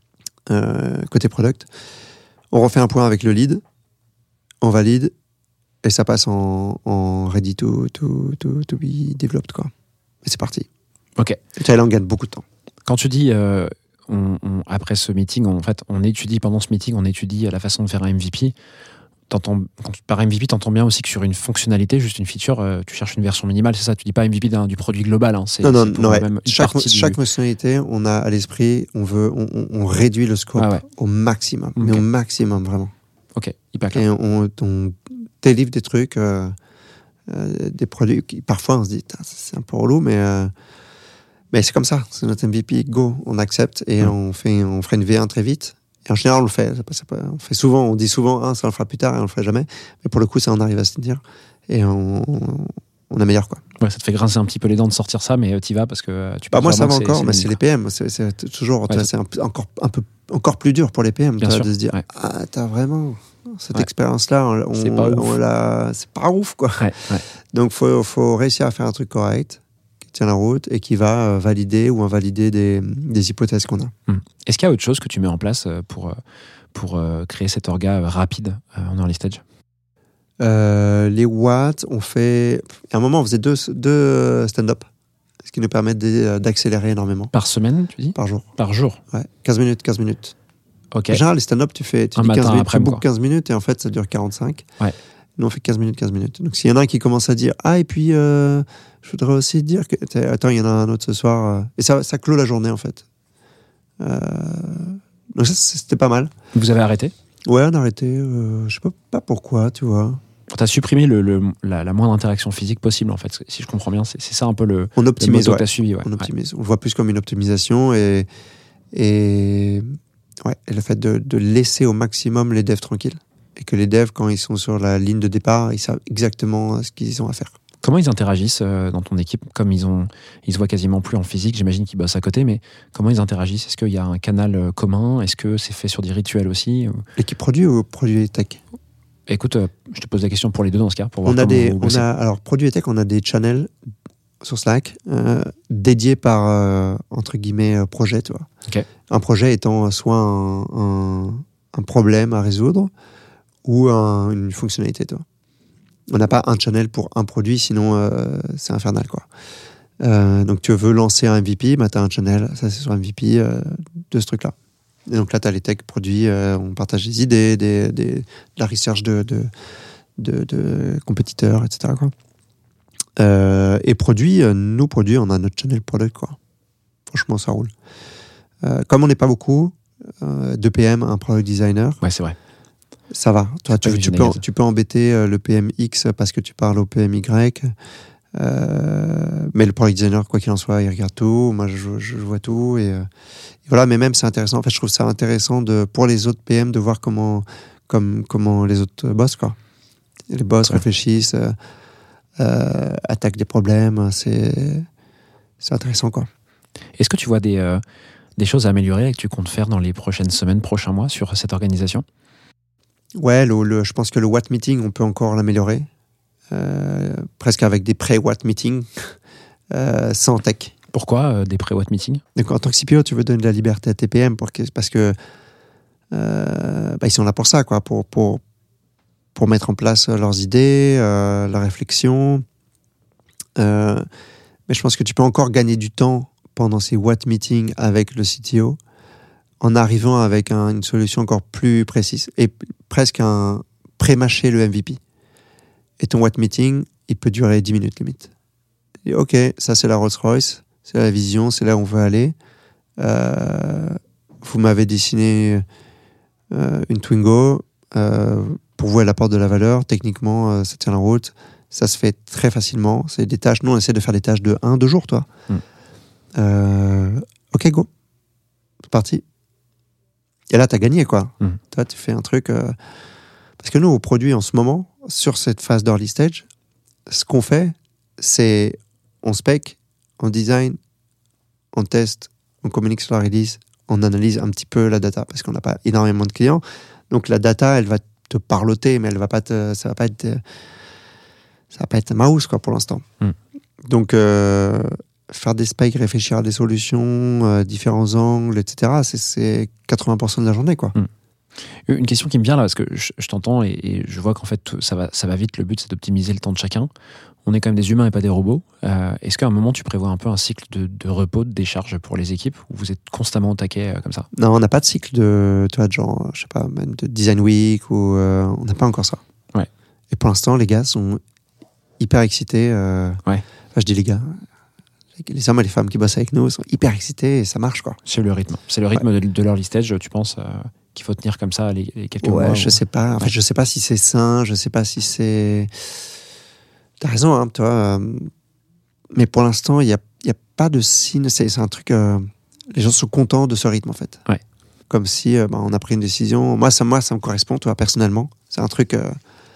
Speaker 4: euh, côté product. On refait un point avec le lead. On valide. Et ça passe en, en ready to, to, to, to be developed, quoi. Et c'est parti.
Speaker 1: Ok.
Speaker 4: Et là, on gagne beaucoup de temps.
Speaker 1: Quand tu dis, euh, on, on, après ce meeting, on, en fait, on étudie, pendant ce meeting, on étudie la façon de faire un M V P. T'entends, quand tu par M V P, tu entends bien aussi que sur une fonctionnalité, juste une feature, euh, tu cherches une version minimale, c'est ça? Tu dis pas M V P d'un, du produit global. Hein, c'est,
Speaker 4: non, non,
Speaker 1: c'est pour
Speaker 4: non. Ouais.
Speaker 1: Même une
Speaker 4: chaque
Speaker 1: partie
Speaker 4: chaque
Speaker 1: du...
Speaker 4: fonctionnalité, on a à l'esprit, on veut, on, on, on réduit le scope
Speaker 1: ah ouais.
Speaker 4: au maximum. Okay. Mais au maximum, vraiment.
Speaker 1: Ok, hyper clair.
Speaker 4: Et on, on délivre des trucs, euh, euh, des produits qui, parfois, on se dit, c'est un peu relou, mais... Euh, Mais c'est comme ça, c'est notre M V P, go, on accepte et mmh. on fait, on ferait une V un très vite. Et en général, on le fait. C'est pas, on fait souvent, on dit souvent, ah, ça on le fera plus tard et on le fera jamais. Mais pour le coup, ça on arrive à se dire et on, on améliore, quoi.
Speaker 1: Ouais, ça te fait grincer un petit peu les dents de sortir ça, mais tu y vas parce que tu.
Speaker 4: Bah moi ça va encore, c'est mais c'est les P M. C'est, c'est toujours, ouais, c'est un, encore un peu encore plus dur pour les P M,
Speaker 1: Bien sûr,
Speaker 4: de se dire,
Speaker 1: ouais.
Speaker 4: ah, t'as vraiment cette
Speaker 1: ouais.
Speaker 4: expérience-là, on,
Speaker 1: c'est
Speaker 4: on,
Speaker 1: pas
Speaker 4: on
Speaker 1: ouf.
Speaker 4: l'a, c'est pas ouf, quoi.
Speaker 1: Ouais, ouais.
Speaker 4: Donc faut, faut réussir à faire un truc correct, tient la route et qui va valider ou invalider des, des hypothèses qu'on a.
Speaker 1: Hum. Est-ce qu'il y a autre chose que tu mets en place pour, pour créer cet orga rapide en early stage?
Speaker 4: euh, Les watts, on fait... À un moment, on faisait deux, deux stand-up, ce qui nous permet d'accélérer énormément.
Speaker 1: Par semaine, tu dis?
Speaker 4: Par jour.
Speaker 1: Par jour?
Speaker 4: Ouais, quinze minutes, quinze minutes.
Speaker 1: Ok.
Speaker 4: En général, les stand-up, tu fais tu
Speaker 1: un
Speaker 4: dis
Speaker 1: matin
Speaker 4: quinze minutes, tu
Speaker 1: bookes
Speaker 4: quinze minutes et en fait, ça dure quarante-cinq.
Speaker 1: Ouais.
Speaker 4: Nous, on fait quinze minutes, quinze minutes. Donc, s'il y en a un qui commence à dire « Ah, et puis, euh, je voudrais aussi dire que... » Attends, il y en a un autre ce soir. Euh... Et ça, ça clôt la journée, en fait. Euh... Donc, ça, c'était pas mal.
Speaker 1: Vous avez arrêté?
Speaker 4: Ouais, on a arrêté. Euh, je sais pas, pas pourquoi, tu vois.
Speaker 1: Tu as supprimé le, le, la, la moindre interaction physique possible, en fait. Si je comprends bien, c'est, c'est ça un peu le,
Speaker 4: on optimise,
Speaker 1: le motto
Speaker 4: ouais.
Speaker 1: que tu as suivi. Ouais.
Speaker 4: On optimise. Ouais. On le voit plus comme une optimisation et... et... Ouais, et le fait de, de laisser au maximum les devs tranquilles et que les devs, quand ils sont sur la ligne de départ, ils savent exactement ce qu'ils ont à faire.
Speaker 1: Comment ils interagissent euh, dans ton équipe? Comme ils ont, ils se voient quasiment plus en physique, j'imagine qu'ils bossent à côté, mais comment ils interagissent? Est-ce qu'il y a un canal euh, commun? Est-ce que c'est fait sur des rituels aussi?
Speaker 4: L'équipe produit ou produit tech?
Speaker 1: Écoute, euh, je te pose la question pour les deux dans ce cas, pour voir
Speaker 4: On a
Speaker 1: comment
Speaker 4: des,
Speaker 1: vous
Speaker 4: on
Speaker 1: bossez.
Speaker 4: a, alors, produit et tech, on a des channels sur Slack euh, dédiés par, euh, entre guillemets, euh, projet, tu vois.
Speaker 1: Ok.
Speaker 4: Un projet étant soit un, un, un problème à résoudre ou un- une fonctionnalité, tu vois. On n'a pas un channel pour un produit, sinon euh, c'est infernal, quoi. Euh, donc tu veux lancer un M V P, bah, tu as un channel, ça c'est sur M V P euh, de ce truc-là. Et donc là, tu as les tech produits, euh, on partage des idées, des, des, de la recherche de, de, de, de compétiteurs, et cetera, quoi. Euh, et produits, euh, nous produits, on a notre channel product, quoi. Franchement, ça roule. Euh, comme on n'est pas beaucoup, euh, deux P M, un product designer,
Speaker 1: Ouais, c'est vrai.
Speaker 4: ça va. Toi,
Speaker 1: C'est
Speaker 4: tu,
Speaker 1: pas
Speaker 4: tu,
Speaker 1: une
Speaker 4: peux,
Speaker 1: générale.
Speaker 4: tu peux embêter euh, le P M X parce que tu parles au P M Y. Euh, mais le product designer, quoi qu'il en soit, il regarde tout. Moi, je, je vois tout. Et, euh, et voilà, mais même, c'est intéressant. En fait, je trouve ça intéressant de, pour les autres P M de voir comment, comme, comment les autres bossent, quoi. Les boss
Speaker 1: Ouais.
Speaker 4: réfléchissent, euh, euh, attaquent des problèmes. C'est, c'est intéressant, quoi.
Speaker 1: Est-ce que tu vois des, euh, des choses à améliorer et que tu comptes faire dans les prochaines semaines, prochains mois sur cette organisation?
Speaker 4: Ouais, le, le- je pense que le Watt Meeting, on peut encore l'améliorer. Euh, presque avec des pré-Watt Meetings, euh, sans tech.
Speaker 1: Pourquoi euh, des pré-Watt meetings?
Speaker 4: Donc, en tant que C P O, tu veux donner de la liberté à tes P M pour que, parce que euh, bah, ils sont là pour ça, quoi, pour, pour, pour mettre en place leurs idées, euh, la réflexion. Euh, mais je pense que tu peux encore gagner du temps pendant ces Watt Meetings avec le C T O en arrivant avec un- une solution encore plus précise et p- presque un pré-mâcher le M V P. Et ton Watt Meeting, il peut durer dix minutes limite. Et ok, ça c'est la Rolls-Royce, c'est la vision, c'est là où on veut aller. Euh, vous m'avez dessiné euh, une Twingo. Euh, pour vous, elle apporte de la valeur. Techniquement, euh, ça tient la route. Ça se fait très facilement. C'est des tâches. Nous, on essaie de faire des tâches de un, deux jours, toi.
Speaker 1: Mm.
Speaker 4: Euh, ok, go. C'est parti. Et là, tu as gagné, quoi.
Speaker 1: Mm.
Speaker 4: Toi, tu fais un truc. euh, Parce que nous, au produit, en ce moment, sur cette phase d'early stage, ce qu'on fait, c'est on spec, on design, on teste, on communique sur la release, on analyse un petit peu la data parce qu'on n'a pas énormément de clients. Donc la data, elle va te parloter, mais elle va pas te, ça va pas être, ça va pas être mouse, quoi, pour l'instant.
Speaker 1: Mm.
Speaker 4: Donc euh, faire des specs, réfléchir à des solutions, euh, différents angles, et cetera. C'est, c'est quatre-vingts pour cent de la journée, quoi.
Speaker 1: Mm. Une question qui me vient là, parce que je, je t'entends et, et je vois qu'en fait tout- ça va, ça va vite. Le but, c'est d'optimiser le temps de chacun. On est quand même des humains et pas des robots. Euh, est-ce qu'à un moment, tu prévois un peu un cycle de, de repos, de décharge pour les équipes, où vous êtes constamment au taquet euh, comme ça?
Speaker 4: Non, on n'a pas de cycle de, tu vois, de genre, je sais pas, même de design week ou euh, on n'a pas encore ça.
Speaker 1: Ouais.
Speaker 4: Et pour l'instant, les gars sont hyper excités. Euh,
Speaker 1: Ouais.
Speaker 4: Enfin, je dis les gars, les hommes et les femmes qui bossent avec nous sont hyper excités et ça marche, quoi.
Speaker 1: C'est le rythme. C'est le rythme de, de l'early stage, tu penses, euh, qu'il faut tenir comme ça les, les quelques
Speaker 4: Ouais,
Speaker 1: mois?
Speaker 4: je
Speaker 1: ou-
Speaker 4: sais pas. En fait,
Speaker 1: Ouais.
Speaker 4: je sais pas si c'est sain, je sais pas si c'est. T'as raison, hein, toi. euh, Mais pour l'instant, il y a, il y a pas de signe. C'est, c'est un truc. euh, Les gens sont contents de ce rythme, en fait.
Speaker 1: Ouais.
Speaker 4: Comme si euh, bah, on a pris une décision. Moi, ça, moi, ça me correspond, toi, personnellement. C'est un truc. euh,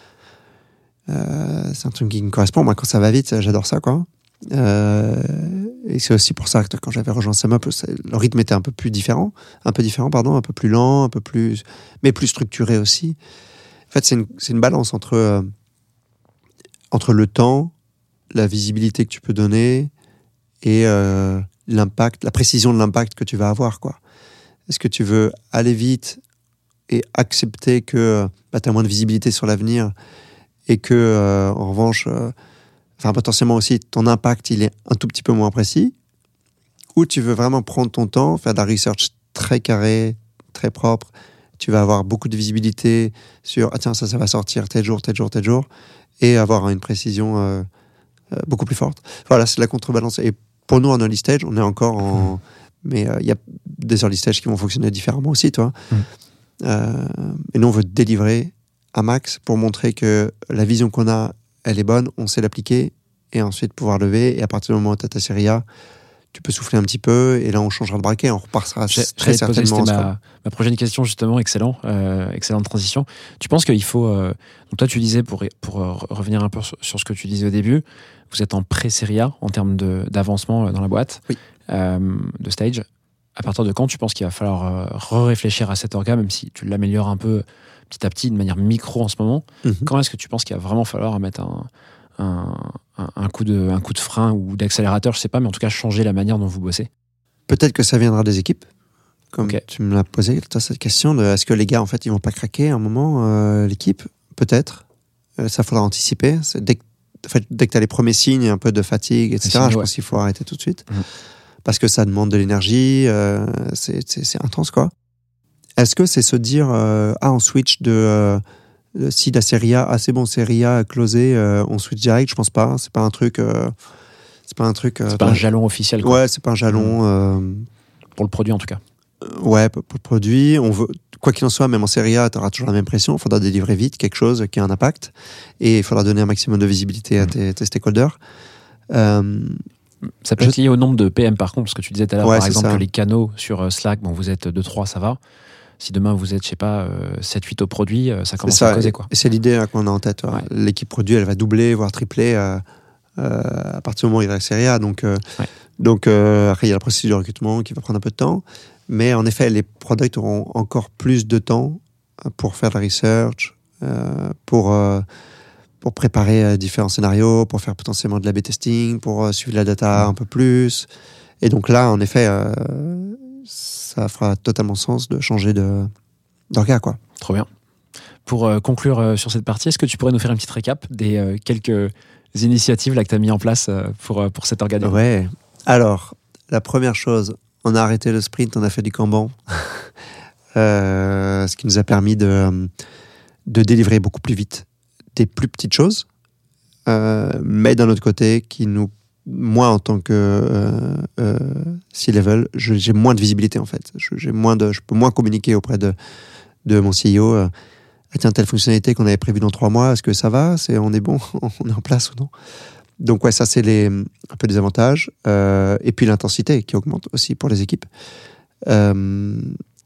Speaker 4: euh, c'est un truc qui me correspond. Moi, quand ça va vite, j'adore ça, quoi. Euh, et c'est aussi pour ça que quand j'avais rejoint SumUp, le rythme était un peu plus différent, un peu différent, pardon, un peu plus lent, un peu plus, mais plus structuré aussi. En fait, c'est une, c'est une balance entre euh, entre le temps, la visibilité que tu peux donner et euh, l'impact, la précision de l'impact que tu vas avoir, quoi. Est-ce que tu veux aller vite et accepter que bah, tu as moins de visibilité sur l'avenir et que, euh, en revanche, euh, enfin, potentiellement aussi, ton impact, il est un tout petit peu moins précis, ou tu veux vraiment prendre ton temps, faire de la research très carrée, très propre, tu vas avoir beaucoup de visibilité sur, ah tiens, ça, ça va sortir tel jour, tel jour, tel jour, et avoir une précision euh, euh, beaucoup plus forte. Voilà, c'est la contrebalance. Et pour nous, en early stage, on est encore en... Mais il euh, y a des early stages qui vont fonctionner différemment aussi, toi.
Speaker 1: Mmh.
Speaker 4: Euh, et nous, on veut délivrer à max pour montrer que la vision qu'on a, elle est bonne, on sait l'appliquer, et ensuite pouvoir lever. Et à partir du moment où tu as ta série A, tu peux souffler un petit peu, et là, on changera le braquet, on repassera
Speaker 1: J'ai-
Speaker 4: très
Speaker 1: j'allais te poser,
Speaker 4: certainement.
Speaker 1: c'était
Speaker 4: en scrum.
Speaker 1: ma, ma prochaine question, justement. Excellent. Euh, excellente transition. Tu penses qu'il faut. euh, donc, toi, tu disais, pour, pour euh, revenir un peu sur, sur ce que tu disais au début, vous êtes en pré-série A en termes de- d'avancement euh, dans la boîte,
Speaker 4: Oui.
Speaker 1: euh, de stage. À partir de quand tu penses qu'il va falloir euh, re-réfléchir à cet orga, même si tu l'améliores un peu petit à petit, de manière micro en ce moment?
Speaker 4: Mhm.
Speaker 1: Quand est-ce que tu penses qu'il va vraiment falloir mettre un, un, un, un coup de, un coup de frein ou d'accélérateur, je sais pas, mais en tout cas changer la manière dont vous bossez?
Speaker 4: Peut-être que ça viendra des équipes. Comme
Speaker 1: Ok.
Speaker 4: tu me l'as posé, toi, cette question de est-ce que les gars, en fait, ils vont pas craquer à un moment, euh, l'équipe? Peut-être. Euh, ça, faudra anticiper. C'est dès que, en fait, dès que tu as les premiers signes, un peu de fatigue, et cetera,
Speaker 1: signes,
Speaker 4: je
Speaker 1: ouais.
Speaker 4: pense qu'il faut arrêter tout de suite.
Speaker 1: Mhm.
Speaker 4: Parce que ça demande de l'énergie, euh, c'est, c'est, c'est intense, quoi. Est-ce que c'est se dire, euh, ah, on switch de, euh, de- si la série A, ah, c'est bon, série A closée, euh, on switch direct? Je pense pas. C'est pas un truc. Euh, c'est pas un truc. euh,
Speaker 1: C'est pas un jalon officiel, quoi,
Speaker 4: Ouais, c'est pas un jalon. euh,
Speaker 1: pour le produit en tout cas.
Speaker 4: Ouais, pour pour le produit, on veut, quoi qu'il en soit, même en série A, tu auras toujours la même pression. Il faudra délivrer vite quelque chose qui a un impact, et il faudra donner un maximum de visibilité à tes, tes stakeholders. Euh,
Speaker 1: Ça peut
Speaker 4: Je-
Speaker 1: être lié au nombre de P M par contre, parce que tu disais tout à l'heure,
Speaker 4: Ouais,
Speaker 1: par
Speaker 4: c'est
Speaker 1: exemple,
Speaker 4: ça.
Speaker 1: que les canaux sur euh, Slack, bon, vous êtes deux trois, ça va. Si demain vous êtes, je sais pas, euh, sept huit au produit, euh, ça
Speaker 4: c'est
Speaker 1: commence
Speaker 4: ça,
Speaker 1: à causer,
Speaker 4: et-
Speaker 1: quoi.
Speaker 4: Et c'est l'idée là, qu'on a en tête. Ouais.
Speaker 1: Ouais.
Speaker 4: L'équipe produit, elle va doubler, voire tripler euh, euh, à partir du moment où il y a la série A. Donc, euh,
Speaker 1: Ouais.
Speaker 4: donc euh, après, il y a la procédure de recrutement qui va prendre un peu de temps. Mais en effet, les products auront encore plus de temps pour faire de la research, euh, pour, euh, pour préparer euh, différents scénarios, pour faire potentiellement de l'A B testing, pour euh, suivre la data un peu plus. Et donc là, en effet, euh, ça fera totalement sens de changer de, d'orga, quoi.
Speaker 1: Trop bien. Pour euh, conclure euh, sur cette partie, est-ce que tu pourrais nous faire une petite récap des euh, quelques initiatives là, que tu as mis en place euh, pour, euh, pour cet organisme?
Speaker 4: Ouais. Alors, la première chose, on a arrêté le sprint, on a fait du Kanban. Euh, ce qui nous a permis de, de délivrer beaucoup plus vite des plus petites choses, euh, mais d'un autre côté, qui nous, moi en tant que euh, euh, C-level, je- j'ai moins de visibilité en fait. Je, j'ai moins de, je peux moins communiquer auprès de, de mon C E O. Euh, ah, tiens, telle fonctionnalité qu'on avait prévue dans trois mois, est-ce que ça va? C'est, on est bon? On est en place ou non? Donc ouais, ça c'est les, un peu des avantages. Euh, et puis l'intensité qui augmente aussi pour les équipes. Euh,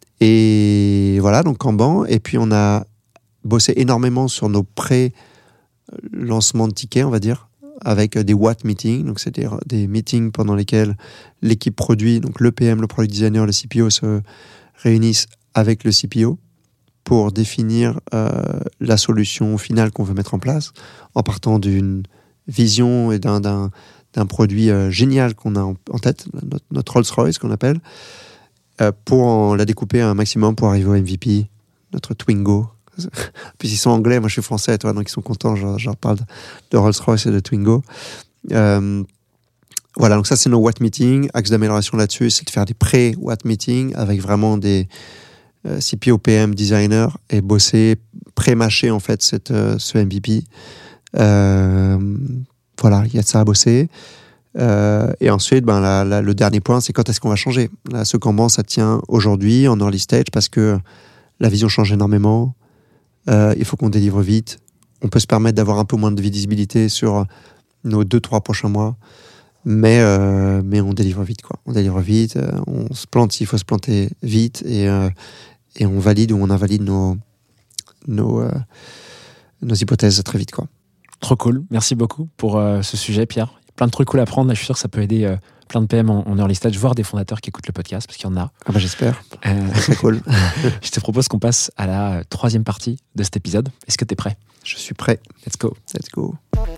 Speaker 4: et voilà, donc Kanban. Et puis on a bossé énormément sur nos pré-lancements de tickets, on va dire, avec des What meetings. Donc c'est des, des meetings pendant lesquels l'équipe produit, donc le P M, le product designer, le C P O se réunissent avec le C P O pour définir euh, la solution finale qu'on veut mettre en place, en partant d'une vision et d'un, d'un, d'un produit euh, génial qu'on a en, en tête, notre, notre Rolls-Royce qu'on appelle, euh, pour en, la découper un maximum pour arriver au M V P, notre Twingo. Puis ils sont anglais, moi je suis français, toi, donc ils sont contents, je, je leur parle de Rolls-Royce et de Twingo. Euh, voilà, donc ça c'est nos What Meetings. Axe d'amélioration là-dessus, c'est de faire des pré-What Meetings avec vraiment des euh, C P O, P M, designers, et bosser, pré-mâcher en fait cette, euh, ce M V P. Euh, voilà, il y a de ça à bosser. Euh, et ensuite, ben, la, la, le dernier point, c'est quand est-ce qu'on va changer. Là, ce Kanban, ça tient aujourd'hui en early stage parce que la vision change énormément. Euh, il faut qu'on délivre vite. On peut se permettre d'avoir un peu moins de visibilité sur nos deux, trois prochains mois. Mais, euh, mais on délivre vite, quoi. On délivre vite. Euh, on se plante s'il faut se planter vite. Et, euh, et on valide ou on invalide nos, nos, euh, nos hypothèses très vite, quoi.
Speaker 1: Trop cool. Merci beaucoup pour euh, ce sujet, Pierre. Plein de trucs cool à prendre. Là, je suis sûr que ça peut aider euh, plein de P M en, en early stage, voire des fondateurs qui écoutent le podcast, parce qu'il y en a.
Speaker 4: Ah bah j'espère.
Speaker 1: Euh,
Speaker 4: C'est cool.
Speaker 1: je te propose qu'on passe à la euh, troisième partie de cet épisode. Est-ce que tu es prêt?
Speaker 4: Je suis prêt.
Speaker 1: Let's go.
Speaker 4: Let's go.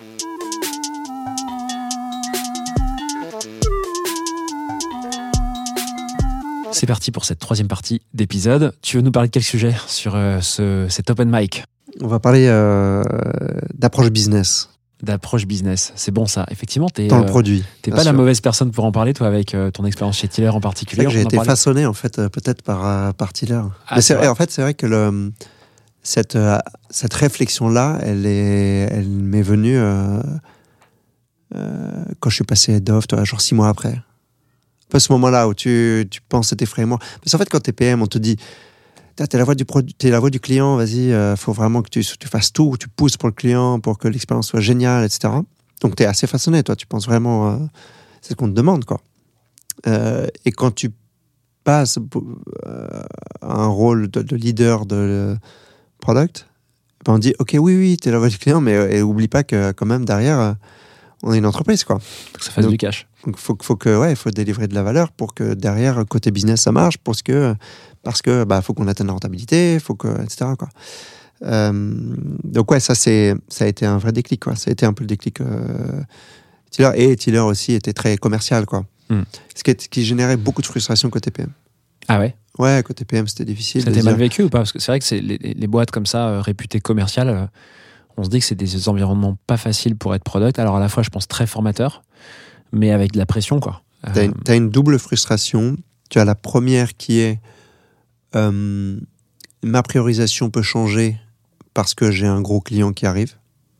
Speaker 1: C'est parti pour cette troisième partie d'épisode. Tu veux nous parler de quel sujet sur euh, ce, cet open mic?
Speaker 4: On va parler euh, d'approche business
Speaker 1: D'approche business. C'est bon ça. Effectivement, t'es,
Speaker 4: dans
Speaker 1: euh,
Speaker 4: le produit.
Speaker 1: t'es
Speaker 4: bien
Speaker 1: pas la
Speaker 4: sûr.
Speaker 1: mauvaise personne pour en parler, toi, avec euh, ton expérience chez Tiller en
Speaker 4: C'est
Speaker 1: particulier.
Speaker 4: vrai que j'ai
Speaker 1: On en
Speaker 4: été
Speaker 1: parlait.
Speaker 4: façonné en fait euh, peut-être par euh, par Tiller.
Speaker 1: Ah,
Speaker 4: Mais
Speaker 1: c'est
Speaker 4: c'est
Speaker 1: vrai.
Speaker 4: en fait c'est vrai que le, cette euh, cette réflexion là, elle est elle m'est venue euh, euh, quand je suis passé head of, toi, genre six mois après. Un peu ce moment-là où tu tu penses à tes frameworks. Parce qu'en fait quand t'es P M, on te dit t'es la voix du produit, t'es la voix du client. Vas-y, euh, faut vraiment que tu tu fasses tout, tu pousses pour le client pour que l'expérience soit géniale, et cetera. Donc t'es assez façonné, toi. Tu penses vraiment, euh, c'est ce qu'on te demande, quoi. Euh, et quand tu passes euh, à un rôle de, de leader de product, ben on dit ok, oui, oui, t'es la voix du client, mais et oublie pas que quand même derrière, euh, on est une entreprise, quoi.
Speaker 1: Faut que ça fasse
Speaker 4: Donc,
Speaker 1: du cash.
Speaker 4: Donc faut, faut que ouais, faut délivrer de la valeur pour que derrière côté business ça marche, parce que parce que bah faut qu'on atteigne la rentabilité, faut que et cetera quoi. Euh, donc ouais, ça c'est ça a été un vrai déclic, quoi. Ça a été un peu le déclic. Euh, Tiller et Tiller aussi était très commercial, quoi. Mm. Ce qui, est, qui générait beaucoup de frustration côté P M.
Speaker 1: Ah ouais.
Speaker 4: Ouais, côté P M c'était difficile.
Speaker 1: C'était mal vécu ou pas? Parce que c'est vrai que c'est les, les boîtes comme ça euh, réputées commerciales, euh, on se dit que c'est des environnements pas faciles pour être product. Alors à la fois je pense très formateur, mais avec de la pression, quoi. Euh...
Speaker 4: T'as, une, t'as une double frustration. Tu as la première qui est euh, ma priorisation peut changer parce que j'ai un gros client qui arrive.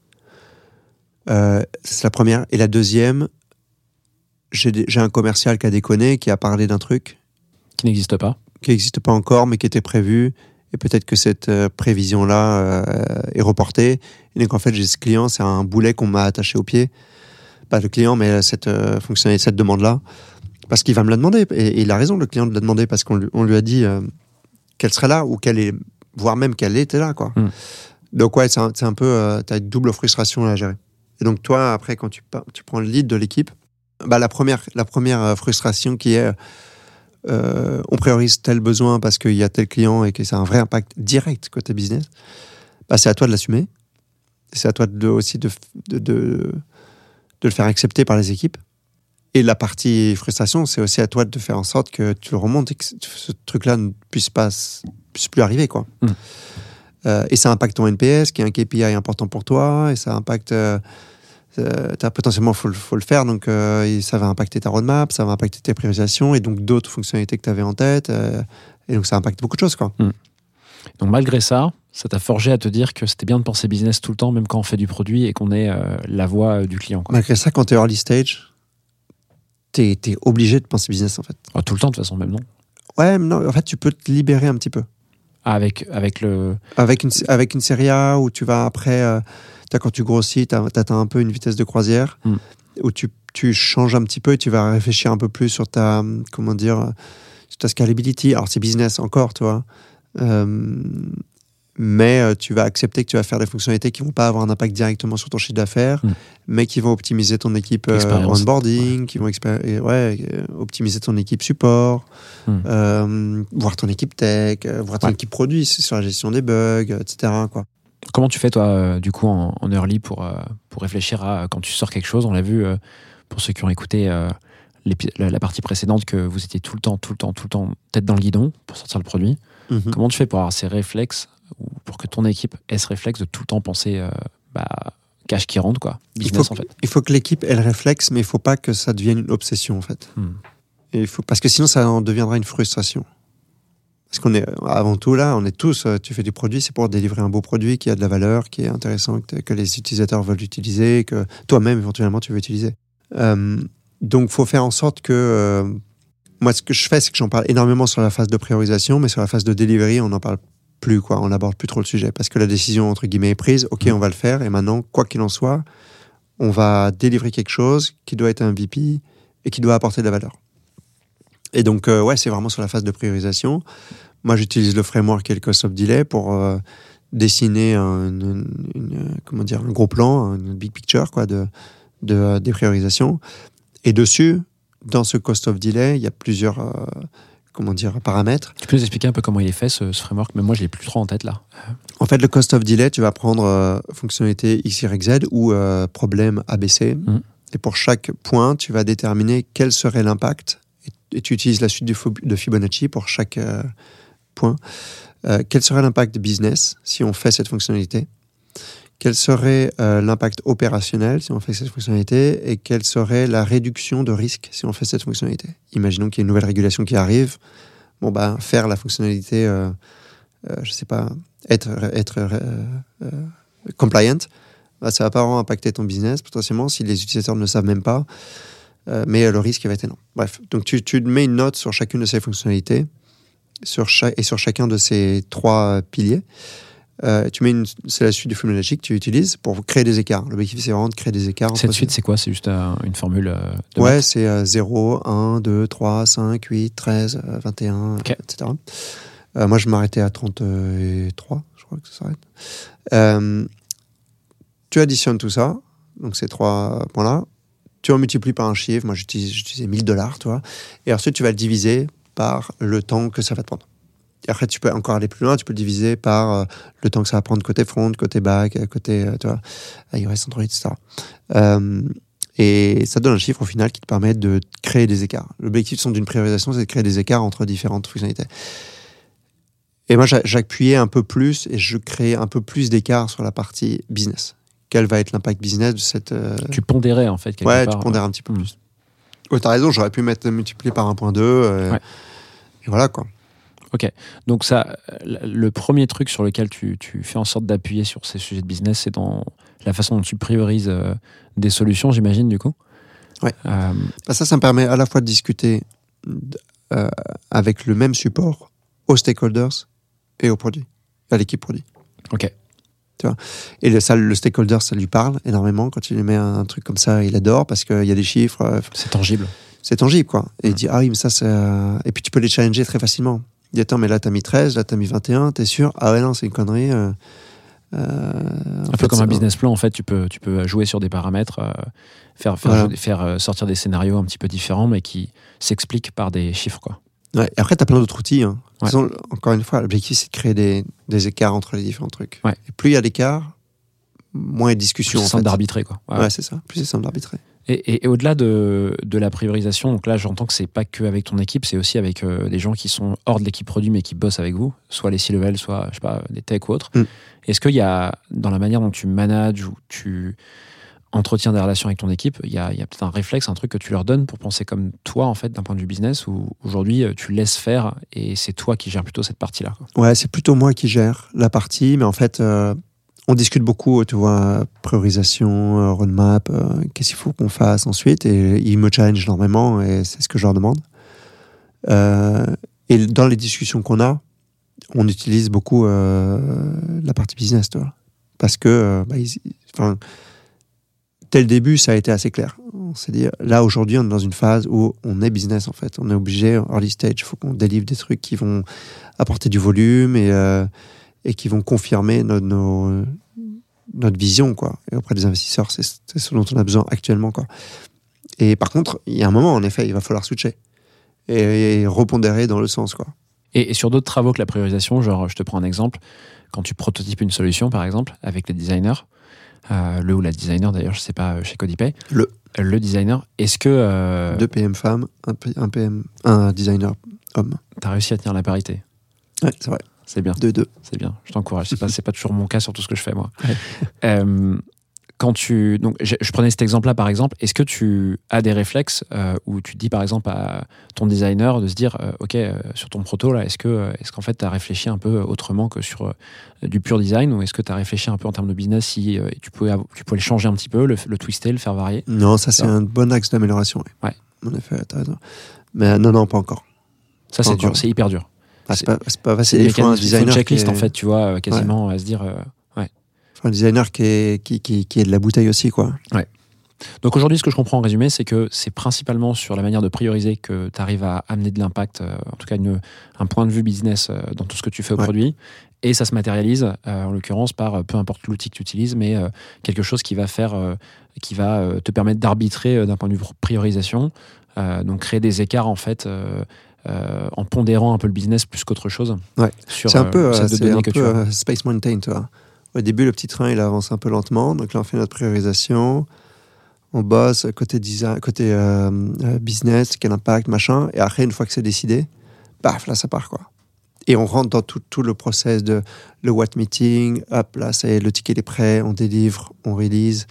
Speaker 4: Euh, c'est la première. Et la deuxième, j'ai, des, j'ai un commercial qui a déconné, qui a parlé d'un truc
Speaker 1: qui n'existe pas,
Speaker 4: qui n'existe pas encore, mais qui était prévu. Et peut-être que cette euh, prévision-là euh, est reportée. Et donc en fait, j'ai ce client, c'est un boulet qu'on m'a attaché au pied. Pas le client, mais cette euh, fonctionnalité, cette demande-là, parce qu'il va me la demander. Et, et il a raison, le client, de la demander, parce qu'on lui, on lui a dit euh, qu'elle serait là, ou qu'elle est, voire même qu'elle était là, quoi. Mm. Donc ouais, c'est un, c'est un peu, euh, t'as une double frustration à gérer. Et donc toi, après, quand tu, tu prends le lead de l'équipe, bah la première, la première frustration qui est, euh, on priorise tel besoin parce qu'il y a tel client et que ça a un vrai impact direct côté business. Bah c'est à toi de l'assumer. C'est à toi de, aussi de, de, de, de le faire accepter par les équipes. Et la partie frustration, c'est aussi à toi de faire en sorte que tu le remontes et que ce truc-là ne puisse pas, puisse plus arriver, quoi. Mm. Euh, et ça impacte ton N P S, qui est un K P I important pour toi, et ça impacte, euh, euh, t'as potentiellement faut, faut le faire, donc euh, ça va impacter ta roadmap, ça va impacter tes priorisations, et donc d'autres fonctionnalités que tu avais en tête, euh, et donc ça impacte beaucoup de choses, quoi.
Speaker 1: Mm. Donc malgré ça, ça t'a forgé à te dire que c'était bien de penser business tout le temps, même quand on fait du produit et qu'on est euh, la voix du client, quoi.
Speaker 4: Malgré ça, quand t'es early stage, t'es, t'es obligé de penser business, en fait.
Speaker 1: Oh, tout le temps, de toute façon, même, non? Ouais,
Speaker 4: non, en fait, tu peux te libérer un petit peu.
Speaker 1: Ah, avec, avec le...
Speaker 4: Avec une, avec une série A où tu vas après... Euh, quand tu grossis, tu atteins un peu une vitesse de croisière, mm. où tu, tu changes un petit peu et tu vas réfléchir un peu plus sur ta... Comment dire... Sur ta scalability. Alors, c'est business encore, tu vois. Euh, mais euh, tu vas accepter que tu vas faire des fonctionnalités qui ne vont pas avoir un impact directement sur ton chiffre d'affaires, mm. mais qui vont optimiser ton équipe euh, onboarding, ouais. qui vont expéri- ouais, euh, optimiser ton équipe support, mm. euh, voir ton équipe tech, euh, voir ton ouais. équipe produit sur la gestion des bugs, et cetera, quoi.
Speaker 1: Comment tu fais, toi, euh, du coup, en, en early pour, euh, pour réfléchir à quand tu sors quelque chose? On l'a vu, euh, pour ceux qui ont écouté euh, la, la partie précédente, que vous étiez tout le temps, tout le temps, tout le temps tête dans le guidon pour sortir le produit. Mm-hmm. Comment tu fais pour avoir ces réflexes, ou pour que ton équipe ait ce réflexe de tout le temps penser euh, bah, cash qui rentre, quoi, business,
Speaker 4: il faut,
Speaker 1: en fait?
Speaker 4: Il faut que l'équipe ait le réflexe, mais il ne faut pas que ça devienne une obsession, en fait. Mm. Et il faut, parce que sinon, ça en deviendra une frustration. Parce qu'on est, avant tout, là, on est tous, tu fais du produit, c'est pour délivrer un beau produit qui a de la valeur, qui est intéressant, que, que les utilisateurs veulent utiliser, que toi-même, éventuellement, tu veux utiliser. Euh, donc, il faut faire en sorte que... Euh, moi, ce que je fais, c'est que j'en parle énormément sur la phase de priorisation, mais sur la phase de delivery, on n'en parle plus, quoi. On n'aborde plus trop le sujet. Parce que la décision, entre guillemets, est prise. OK, on va le faire. Et maintenant, quoi qu'il en soit, on va délivrer quelque chose qui doit être un V P et qui doit apporter de la valeur. Et donc, euh, ouais, c'est vraiment sur la phase de priorisation. Moi, j'utilise le framework et le cost of delay pour euh, dessiner un, une, une, comment dire, un gros plan, une big picture, quoi, de, de, des priorisations. Et dessus, dans ce cost of delay, il y a plusieurs euh, comment dire, paramètres.
Speaker 1: Tu peux nous expliquer un peu comment il est fait, ce, ce framework? Mais moi, je ne l'ai plus trop en tête, là.
Speaker 4: En fait, le cost of delay, tu vas prendre euh, fonctionnalité X Y Z ou euh, problème A B C. Mmh. Et pour chaque point, tu vas déterminer quel serait l'impact. Et, et tu utilises la suite de, de Fibonacci pour chaque euh, point. Euh, quel serait l'impact business si on fait cette fonctionnalité? Quel serait euh, l'impact opérationnel si on fait cette fonctionnalité? Et quelle serait la réduction de risque si on fait cette fonctionnalité? Imaginons qu'il y ait une nouvelle régulation qui arrive. Bon, ben, faire la fonctionnalité, euh, euh, je ne sais pas, être, être euh, euh, compliant, ben, ça ne va pas vraiment impacter ton business, potentiellement, si les utilisateurs ne le savent même pas. Euh, mais le risque va être énorme. Bref, donc tu, tu mets une note sur chacune de ces fonctionnalités sur chaque, et sur chacun de ces trois piliers. Euh, tu mets une, c'est la suite du Fibonacci que tu utilises pour créer des écarts. L'objectif, c'est vraiment de créer des écarts.
Speaker 1: Cette suite, c'est quoi? C'est juste euh, une formule euh, de
Speaker 4: Ouais,
Speaker 1: maths.
Speaker 4: c'est euh, zéro, un, deux, trois, cinq, huit, treize, euh, vingt et un,
Speaker 1: Ok.
Speaker 4: et cetera. Euh, moi, je m'arrêtais à trente-trois, je crois que ça s'arrête. Euh, tu additionnes tout ça, donc ces trois points-là. Tu en multiplies par un chiffre. Moi, j'utilise, j'utilisais mille dollars, tu vois. Et ensuite, tu vas le diviser par le temps que ça va te prendre. Et après, tu peux encore aller plus loin. Tu peux le diviser par euh, le temps que ça va prendre côté front, côté back, côté, euh, tu vois, iOS, Android, et cetera. Euh, et ça donne un chiffre au final qui te permet de créer des écarts. L'objectif d'une priorisation, c'est de créer des écarts entre différentes fonctionnalités. Et moi, j'a- j'appuyais un peu plus et je créais un peu plus d'écarts sur la partie business. Quel va être l'impact business de cette... euh,
Speaker 1: Tu pondérais, en fait, quelque
Speaker 4: ouais,
Speaker 1: part.
Speaker 4: tu pondères un petit peu
Speaker 1: Hmm.
Speaker 4: plus. Ouais, t'as raison, j'aurais pu mettre multiplié par un virgule deux. Euh,
Speaker 1: Ouais.
Speaker 4: Et voilà, quoi.
Speaker 1: Ok. Donc, ça, le premier truc sur lequel tu, tu fais en sorte d'appuyer sur ces sujets de business, c'est dans la façon dont tu priorises euh, des solutions, j'imagine, du coup.
Speaker 4: Ouais.
Speaker 1: Euh,
Speaker 4: Bah, ça, ça me permet à la fois de discuter euh, avec le même support aux stakeholders et au produit, à l'équipe produit.
Speaker 1: ok.
Speaker 4: Et le, ça, le stakeholder, ça lui parle énormément. Quand il lui met un, un truc comme ça, il adore parce qu'il y a des chiffres. euh,
Speaker 1: C'est tangible.
Speaker 4: c'est tangible, quoi. Et
Speaker 1: Mm.
Speaker 4: il dit, ah oui, mais ça, c'est... euh, Et puis tu peux les challenger très facilement. Il dit, attends, mais là, t'as mis treize, là, t'as mis vingt et un, t'es sûr? Ah ouais, non, c'est une connerie. Euh, euh, en
Speaker 1: Un peu
Speaker 4: fait,
Speaker 1: comme
Speaker 4: c'est-
Speaker 1: un business plan, en fait, tu peux, tu peux jouer sur des paramètres, euh, faire, faire,
Speaker 4: Voilà.
Speaker 1: jouer- faire euh, sortir des scénarios un petit peu différents, mais qui s'expliquent par des chiffres, quoi.
Speaker 4: Ouais. Et après, t'as plein d'autres outils. Hein. De
Speaker 1: Ouais.
Speaker 4: toute façon, encore une fois, l'objectif, c'est de créer des, des écarts entre les différents trucs.
Speaker 1: Ouais.
Speaker 4: Et plus il y a d'écarts, moins il y a de discussion.
Speaker 1: C'est
Speaker 4: en
Speaker 1: simple
Speaker 4: fait.
Speaker 1: d'arbitrer, quoi. Ouais.
Speaker 4: Ouais, c'est ça. Plus c'est simple d'arbitrer.
Speaker 1: Et, et- et au-delà de, de la priorisation, donc là j'entends que c'est pas que avec ton équipe, c'est aussi avec euh, des gens qui sont hors de l'équipe produit mais qui bossent avec vous, soit les C-level, soit je sais pas, des tech ou autres.
Speaker 4: Mm.
Speaker 1: Est-ce qu'il y a, dans la manière dont tu manages ou tu entretiens des relations avec ton équipe, il y a, il y a peut-être un réflexe, un truc que tu leur donnes pour penser comme toi en fait d'un point de vue business, ou aujourd'hui euh, tu laisses faire et c'est toi qui gères plutôt cette partie-là, quoi.
Speaker 4: Ouais, c'est plutôt moi qui gère la partie, mais en fait, euh, on discute beaucoup, tu vois, priorisation, euh, roadmap, euh, qu'est-ce qu'il faut qu'on fasse ensuite, et ils me challenge énormément, et c'est ce que je leur demande. Euh, et dans les discussions qu'on a, on utilise beaucoup euh, la partie business, tu vois, parce que, euh, bah, ils- enfin, dès le début, ça a été assez clair. On s'est dit, là, aujourd'hui, on est dans une phase où on est business, en fait. On est obligé, early stage, il faut qu'on délivre des trucs qui vont apporter du volume et, euh, et qui vont confirmer notre, nos, notre vision, quoi. Et auprès des investisseurs, c'est, c'est ce dont on a besoin actuellement, quoi. Et par contre, il y a un moment, en effet, il va falloir switcher et, et repondérer dans le sens, quoi.
Speaker 1: Et, et sur d'autres travaux que la priorisation, genre je te prends un exemple, quand tu prototypes une solution par exemple avec les designers, euh, le ou la designer d'ailleurs, je sais pas chez Codipay,
Speaker 4: Le.
Speaker 1: Euh, le designer, est-ce que euh,
Speaker 4: Deux P M femmes, un, P- un P M, un designer homme.
Speaker 1: tu as réussi à tenir la parité?
Speaker 4: Ouais, c'est vrai.
Speaker 1: C'est bien,
Speaker 4: Deux, deux.
Speaker 1: c'est bien, je t'encourage. C'est pas, c'est pas toujours mon cas sur tout ce que je fais moi. Euh, quand tu, donc, je, je prenais cet exemple-là par exemple, est-ce que tu as des réflexes euh, où tu dis par exemple à ton designer de se dire, euh, ok, euh, sur ton proto là, est-ce que, euh, est-ce qu'en fait tu as réfléchi un peu autrement que sur euh, du pur design, ou est-ce que tu as réfléchi un peu en termes de business si euh, tu pouvais, av- tu pouvais le changer un petit peu, le, le twister, le faire varier?
Speaker 4: Non, ça, c'est
Speaker 1: Ça.
Speaker 4: un bon axe d'amélioration.
Speaker 1: Ouais.
Speaker 4: En effet, t'as raison. Mais non, non, pas encore.
Speaker 1: Ça c'est
Speaker 4: Encore.
Speaker 1: dur, c'est hyper dur.
Speaker 4: Ah, c'est, pas, c'est pas
Speaker 1: C'est
Speaker 4: facile.
Speaker 1: des
Speaker 4: Il faut un
Speaker 1: mécanismes, il faut une
Speaker 4: designer,
Speaker 1: checklist
Speaker 4: qui est,
Speaker 1: en fait, tu vois, euh, quasiment à se dire. euh,
Speaker 4: faut un designer qui est, qui, qui, qui est de la bouteille aussi, quoi.
Speaker 1: Donc aujourd'hui, ce que je comprends en résumé, c'est que c'est principalement sur la manière de prioriser que tu arrives à amener de l'impact, euh, en tout cas une, un point de vue business euh, dans tout ce que tu fais au
Speaker 4: Ouais.
Speaker 1: produit. Et ça se matérialise, euh, en l'occurrence, par euh, peu importe l'outil que tu utilises, mais euh, quelque chose qui va faire, euh, qui va euh, te permettre d'arbitrer euh, d'un point de vue priorisation, euh, donc créer des écarts en fait. Euh, euh, en pondérant un peu le business plus qu'autre chose.
Speaker 4: Ouais.
Speaker 1: Sur
Speaker 4: C'est un
Speaker 1: euh,
Speaker 4: peu,
Speaker 1: le set
Speaker 4: euh,
Speaker 1: de
Speaker 4: c'est
Speaker 1: données
Speaker 4: un
Speaker 1: que
Speaker 4: peu
Speaker 1: tu as.
Speaker 4: euh, Space Mountain, tu vois. Au début, le petit train, il avance un peu lentement. Donc là, on fait notre priorisation. On bosse côté, design, côté euh, euh, business, quel impact, machin. Et après, une fois que c'est décidé, paf, là, ça part, quoi. Et on rentre dans tout, tout le process de le what meeting. Hop, là, ça y est, le ticket est prêt. On délivre, on release,